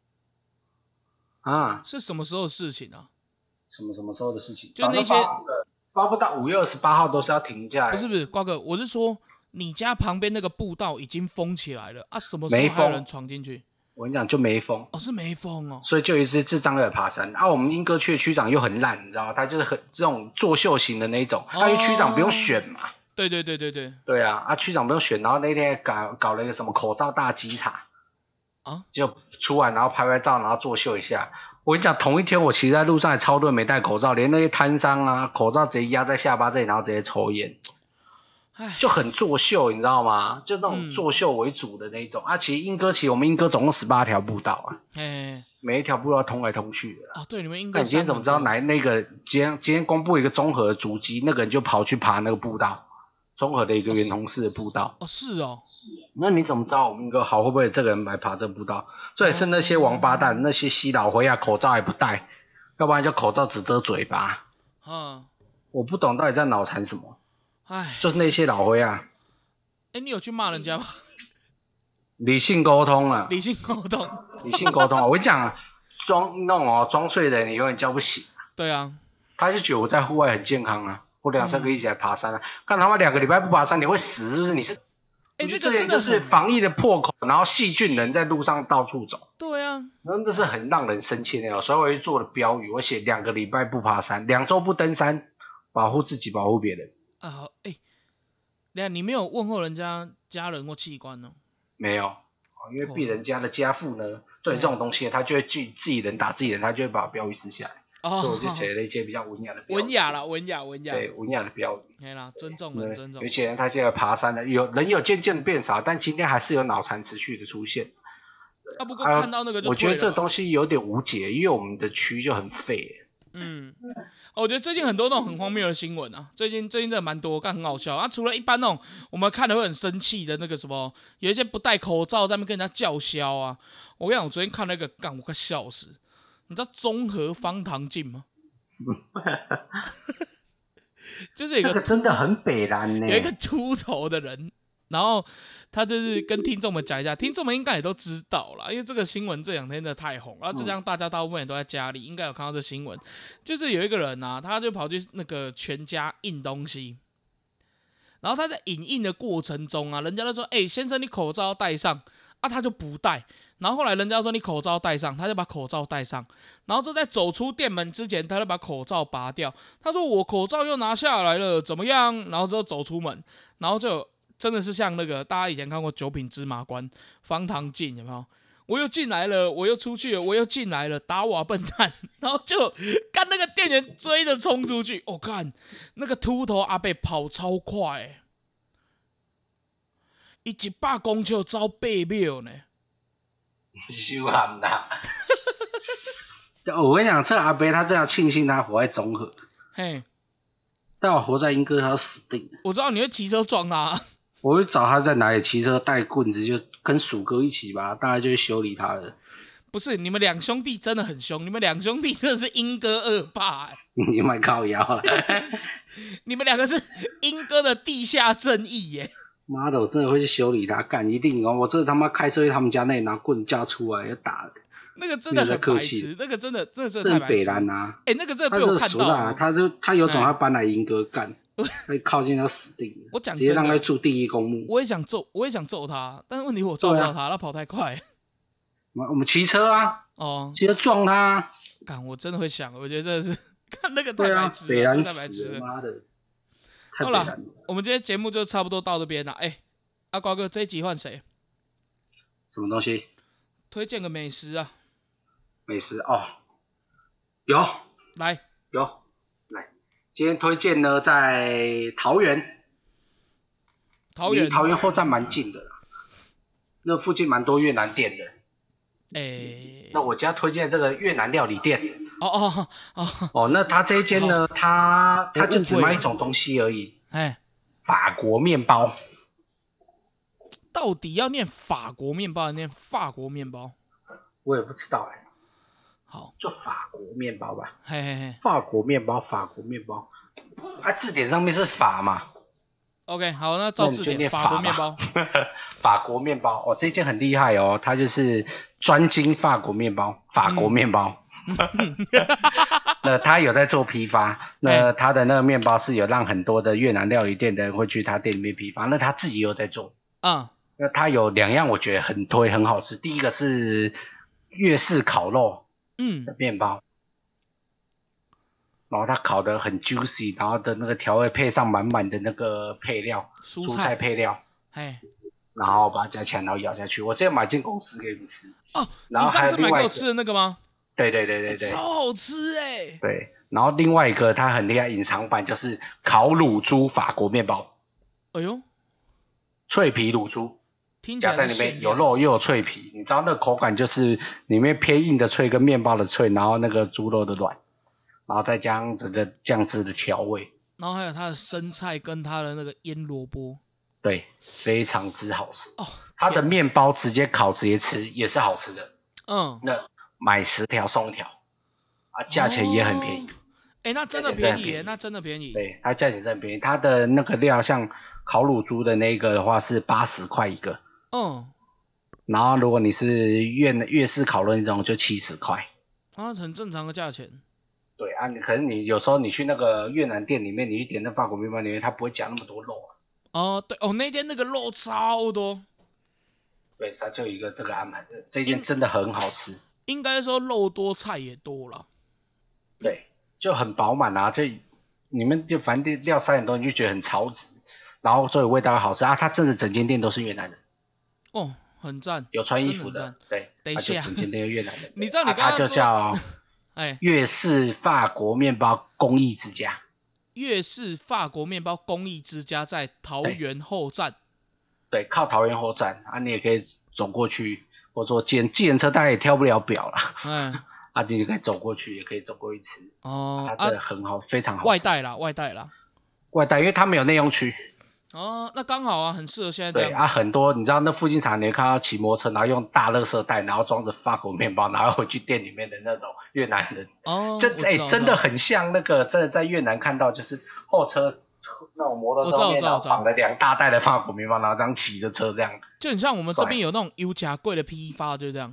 是什么时候的事情啊？ 什么时候的事情？ 就那些发布到5月28号都是要停假。 不是，瓜哥，我是说你家旁边那个步道已经封起来了什么时候还有人闯进去？ 我跟你讲，就没封。 是没封所以就有一只智障在爬山我们莺歌区的区长又很烂，你知道吗？他就是很这种作秀型的那种因为区长不用选嘛。 对啊，区长不用选，然后那天搞了一个什么口罩大稽查就出来，然后拍照，然后作秀一下。我跟你讲，同一天我骑在路上，超多人没戴口罩，连那些摊商口罩直接压在下巴这里，然后直接抽烟，就很作秀，你知道吗？就那种作秀为主的那种其实我们莺歌总共18条步道每一条步道通来通去的对，你们莺歌。 你今天怎么知道那个今天公布一个综合的足迹，那个人就跑去爬那个步道，综合的一个圆通式的步道是那你怎么知道我们莺歌好会不会这个人来爬这个步道？这也是那些王八蛋，那些西老灰口罩还不戴，要不然就口罩只遮嘴巴我不懂到底在脑残什么。就是那些老灰你有去骂人家吗？ 理性沟通理性沟通我跟你讲装睡的人永远叫不醒对啊， 他就觉得我在户外很健康我2-3个一起来爬山看他们2个礼拜不爬山你会死是不是？你是这些就是防疫的破口，然后细菌人在路上到处走。 对啊， 那这是很让人生气的所以我去做了标语，我写2个礼拜不爬山，2周不登山，保护自己，保护别人。 你没有问候人家家人或器官没有，因为避人家的家父呢，对这种东西他就会自己人打自己人，他就会把标语撕下来。所以我就写了一些比较文雅的标语。 文雅对，文雅的标语。 尊重人，尊重。 而且他现在爬山的人有渐渐的变少，但今天还是有脑残持续的出现。 不过看到那个就我觉得这东西有点无解，因为我们的区就很废。 我觉得最近很多那种很荒谬的新闻最近真的蛮多，很好笑除了一般那种我们看了会很生气的那个什么，有一些不戴口罩在那边跟人家叫嚣我跟你讲，我昨天看那个我快笑死。你知道中和方唐镜吗？就是有一个、 那个真的很北蓝有一个秃头的人，然后他就是跟听众们讲一下，听众们应该也都知道啦，因为这个新闻这2天真的太红，然后就这样大家大部分也都在家里，应该有看到这新闻。就是有一个人他就跑去那个全家印东西， 然后他在影印的过程中啊，人家就说：“先生，你口罩要戴上。”啊，他就不戴。然后后来人家说：“你口罩戴上。”他就把口罩戴上。然后就在走出店门之前，他就把口罩拔掉。他说：“我口罩又拿下来了，怎么样？”然后之后走出门，然后就真的是像那个大家以前看过《九品芝麻官》方唐镜有没有？我又进来了，我又出去了，我又进来了，打我啊笨蛋！然后就干那个店员追着冲出去，看那个秃头阿伯跑超快，他100公尺走8秒呢， 羞喊啦！我跟你讲，这阿伯他这样庆幸他活在中和， 嘿， 但我活在莺歌他要死定了。 我知道你会骑车撞他。 我会找他在哪里骑车带棍子，就跟鼠哥一起吧，大概就会修理他了。 不是，你们两兄弟真的很凶，你们两兄弟真的是莺歌恶霸你卖靠腰了。 你们两个是莺歌的地下正义耶。 妈的，我真的会去修理他，干一定哦！我这他妈开车去他们家那里拿棍子架出来要打了。 那个真的很白痴，那个真的太白痴。 北兰啊！ 那个真的被我看到了。 他有种他搬来莺歌干。他靠近要死定了， 我讲直接让他住第一公墓。 我也想揍他，但是问题我抓不到他，他跑太快。 我们骑车啊，骑车撞他。 干，我真的会想，我觉得是看那个太白痴了，太白痴了， 妈的！ 好了，我们今天节目就差不多到这边了。阿瓜哥，这一集换谁？ 什么东西？ 推荐个美食啊！ 美食哦，有来。 今天推荐呢，在桃园，离桃园后站蛮近的啦，那附近蛮多越南店的。那我家推荐这个越南料理店。那他这一间呢，他就只卖一种东西而已。法国面包。 到底要念法国面包还是念法国面包？ 我也不知道好， 就法国面包吧。 法国面包。字典上面是法嘛 ？OK， 好，那照字典，法国面包。 法国面包，这间很厉害哦，它就是专精法国面包。那他有在做批发，那他的那个面包是有让很多的越南料理店的人会去他店里面批发，那他自己有在做。那他有2样我觉得很推很好吃，第一个是粤式烤肉的面包，然后它烤得很 juicy， 然后的那个调味配上满满的那个配料，蔬菜配料，然后把它加起来，然后咬下去。我之前买进公司给你们吃。 然后你上次买给我吃的那个吗？ 对， 超好吃对，然后另外一个它很厉害，隐藏版就是烤乳猪法国面包。脆皮乳猪。夹在里面有肉又有脆皮，你知道那个口感就是里面偏硬的脆跟面包的脆，然后那个猪肉的软，然后再加上整个酱汁的调味， 然后还有它的生菜跟它的那个腌萝卜， 对，非常之好吃。它的面包直接烤直接吃也是好吃的。那买10条送1条，价钱也很便宜。 那真的便宜耶，那真的便宜。 对，它价钱真的便宜，它的那个料像烤乳猪的那个的话是80块一个。然后如果你是粤式烤肉那种就70块， 很正常的价钱。 对可是你有时候你去那个越南店里面，你去点那法国面包里面，它不会加那么多肉对那天那个肉超多。 对，它就有一个这个安排，这间真的很好吃。 应该说肉多菜也多了。 对，就很饱满就你们就反正料塞很多，你就觉得很超值，然后所以味道好吃它真的整间店都是越南人。 很赞， 有穿衣服的，对， 等一下， 整间店越南人。 你知道你刚刚它就叫粤式法国面包工艺之家。 粤式法国面包工艺之家在桃园后站。 对，靠桃园后站你也可以走过去，或者说计程车大概也跳不了表啦。你就可以走过去，也可以走过去吃。它真的很好，非常好吃。 外带， 因为它没有内用区。 那刚好很适合现在这样。 对很多你知道那附近常你会看到骑摩托车，然后用大垃圾袋，然后装着法国面包，然后回去店里面的那种越南人。真的很像那个真的在越南看到，就是后车那种摩托车后面绑了2大袋的法国面包，然后这样骑着车这样。 就很像我们这边有那种油炸柜的批发，就这样。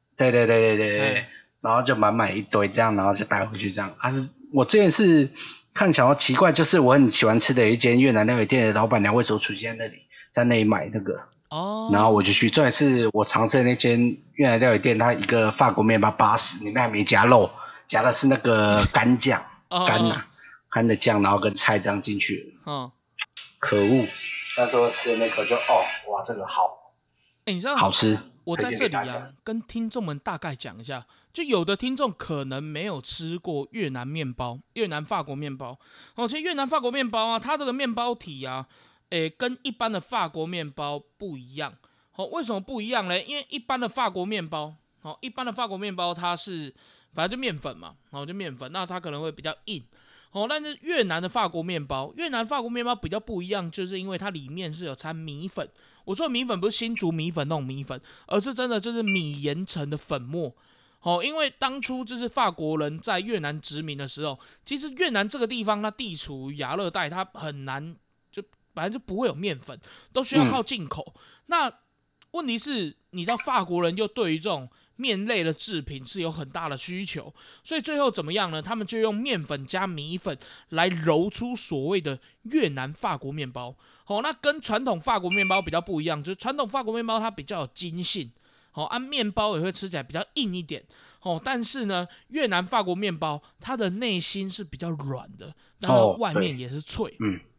对，然后就满满一堆这样，然后就带回去这样。我之前是看起来奇怪，就是我很喜欢吃的一间越南料理店的老板娘为什么出现在那里，在那里买那个然后我就去，重点是我常吃的那间越南料理店，它一个法国面包80，里面还没加肉，加的是那个干酱，干的酱，然后跟菜这样进去。可恶！那时候吃的那个就哇，这个好， 你知道好吃。 我在这里跟听众们大概讲一下，就有的听众可能没有吃过越南面包、越南法国面包。其实越南法国面包啊，它这个面包体啊，跟一般的法国面包不一样。为什么不一样呢？因为一般的法国面包，它是反正就面粉嘛，就面粉，那它可能会比较硬。但是越南的法国面包比较不一样，就是因为它里面是有掺米粉。我说的米粉不是新竹米粉那种米粉，而是真的就是米研成的粉末。因为当初就是法国人在越南殖民的时候，其实越南这个地方它地处于亚热带，它很难本来就不会有面粉，都需要靠进口。那问题是，你知道法国人又对于这种面类的制品是有很大的需求，所以最后怎么样呢？他们就用面粉加米粉来揉出所谓的越南法国面包。那跟传统法国面包比较不一样，就是传统法国面包它比较有筋性，面包也会吃起来比较硬一点。但是呢，越南法国面包它的内心是比较软的，但它外面也是脆。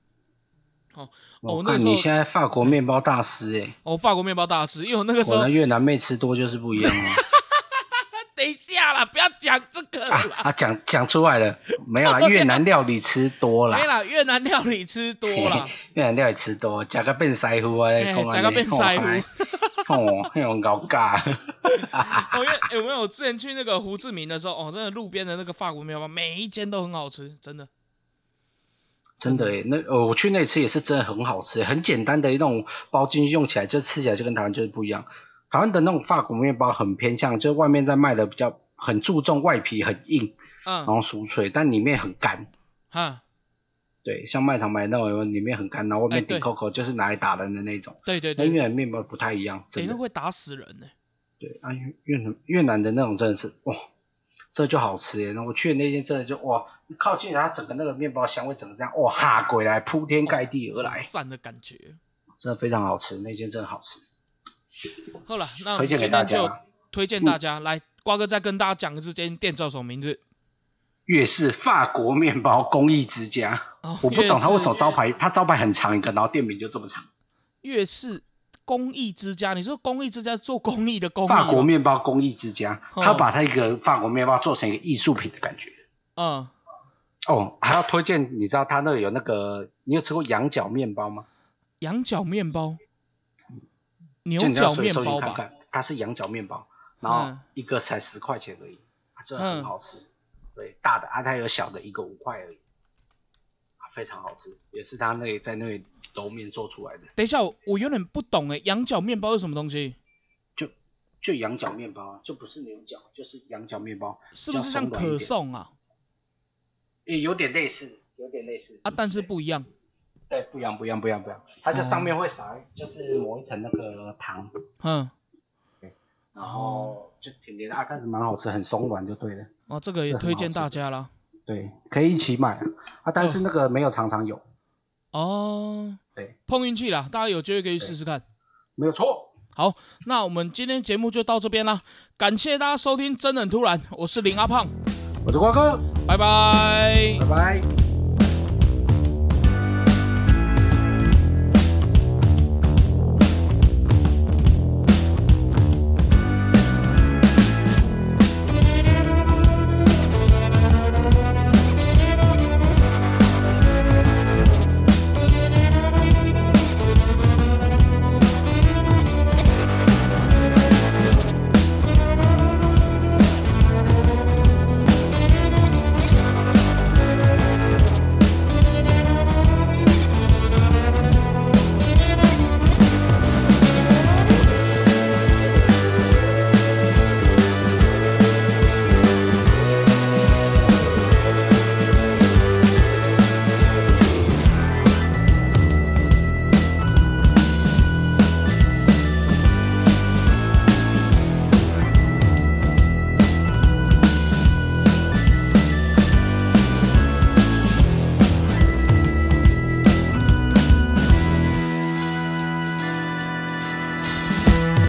那你现在法国面包大师法国面包大师，因为我那个时候越南妹吃多就是不一样哦。 等一下啦，不要讲这个啦。 讲出来了，没有啦，越南料理吃多啦。 没啦，越南料理吃多啦。 越南料理吃多，吃个变师傅啊， 吃个变师傅。 那种搞尬。 因为我之前去那个胡志明的时候，真的路边的那个法国面包，每一间都很好吃，真的。 真的我去那次也是真的很好吃，很简单的那种包进去用起来，就吃起来就跟台湾就是不一样。台湾的那种法国面包很偏向，就是外面在卖的比较很注重外皮很硬，然后酥脆，但里面很干。对，像卖场买的那种里面很干，然后外面顶扣扣就是拿来打人的那种。 对。 跟越南面包不太一样，真的。 那会打死人呢。 对啊，越南的那种真的是哇。这就好吃然后我去的那间真的就哇，靠近它整个那个面包香味，整个这样哇哈鬼来铺天盖地而来， 赞的感觉， 真的非常好吃，那间真的好吃。 好了，那我们今天就推荐大家来，瓜哥再跟大家讲这间店叫什么名字？ 粤式法国面包工艺之家。我不懂他为什么招牌很长一个，然后店名就这么长。 粤式工艺之家，你说工艺之家做工艺的工艺？ 法国面包工艺之家，他把他一个法国面包做成一个艺术品的感觉。还要推荐，你知道他那里有那个，你有吃过羊角面包吗？ 羊角面包，牛角面包吧？ 看它是羊角面包，然后一个才10块钱而已，真的很好吃。对，大的它有小的，一个5块而已，非常好吃，也是他在那里揉面做出来的。 等一下，我有点不懂羊角面包是什么东西？ 就羊角面包就不是牛角，就是羊角面包， 是不是像可颂啊？ 有点类似但是不一样。 对，不一样，它就上面会撒，就是抹一层那个糖，然后就甜甜的但是蛮好吃，很松软就对了。 这个也推荐大家啦。 对，可以一起买但是那个没有常常有。 对，碰运气啦，大家有机会可以试试看。 没有错。 好，那我们今天节目就到这边啦，感谢大家收听真的很突然，我是林阿胖， 我是瓜哥， 拜拜， 拜拜。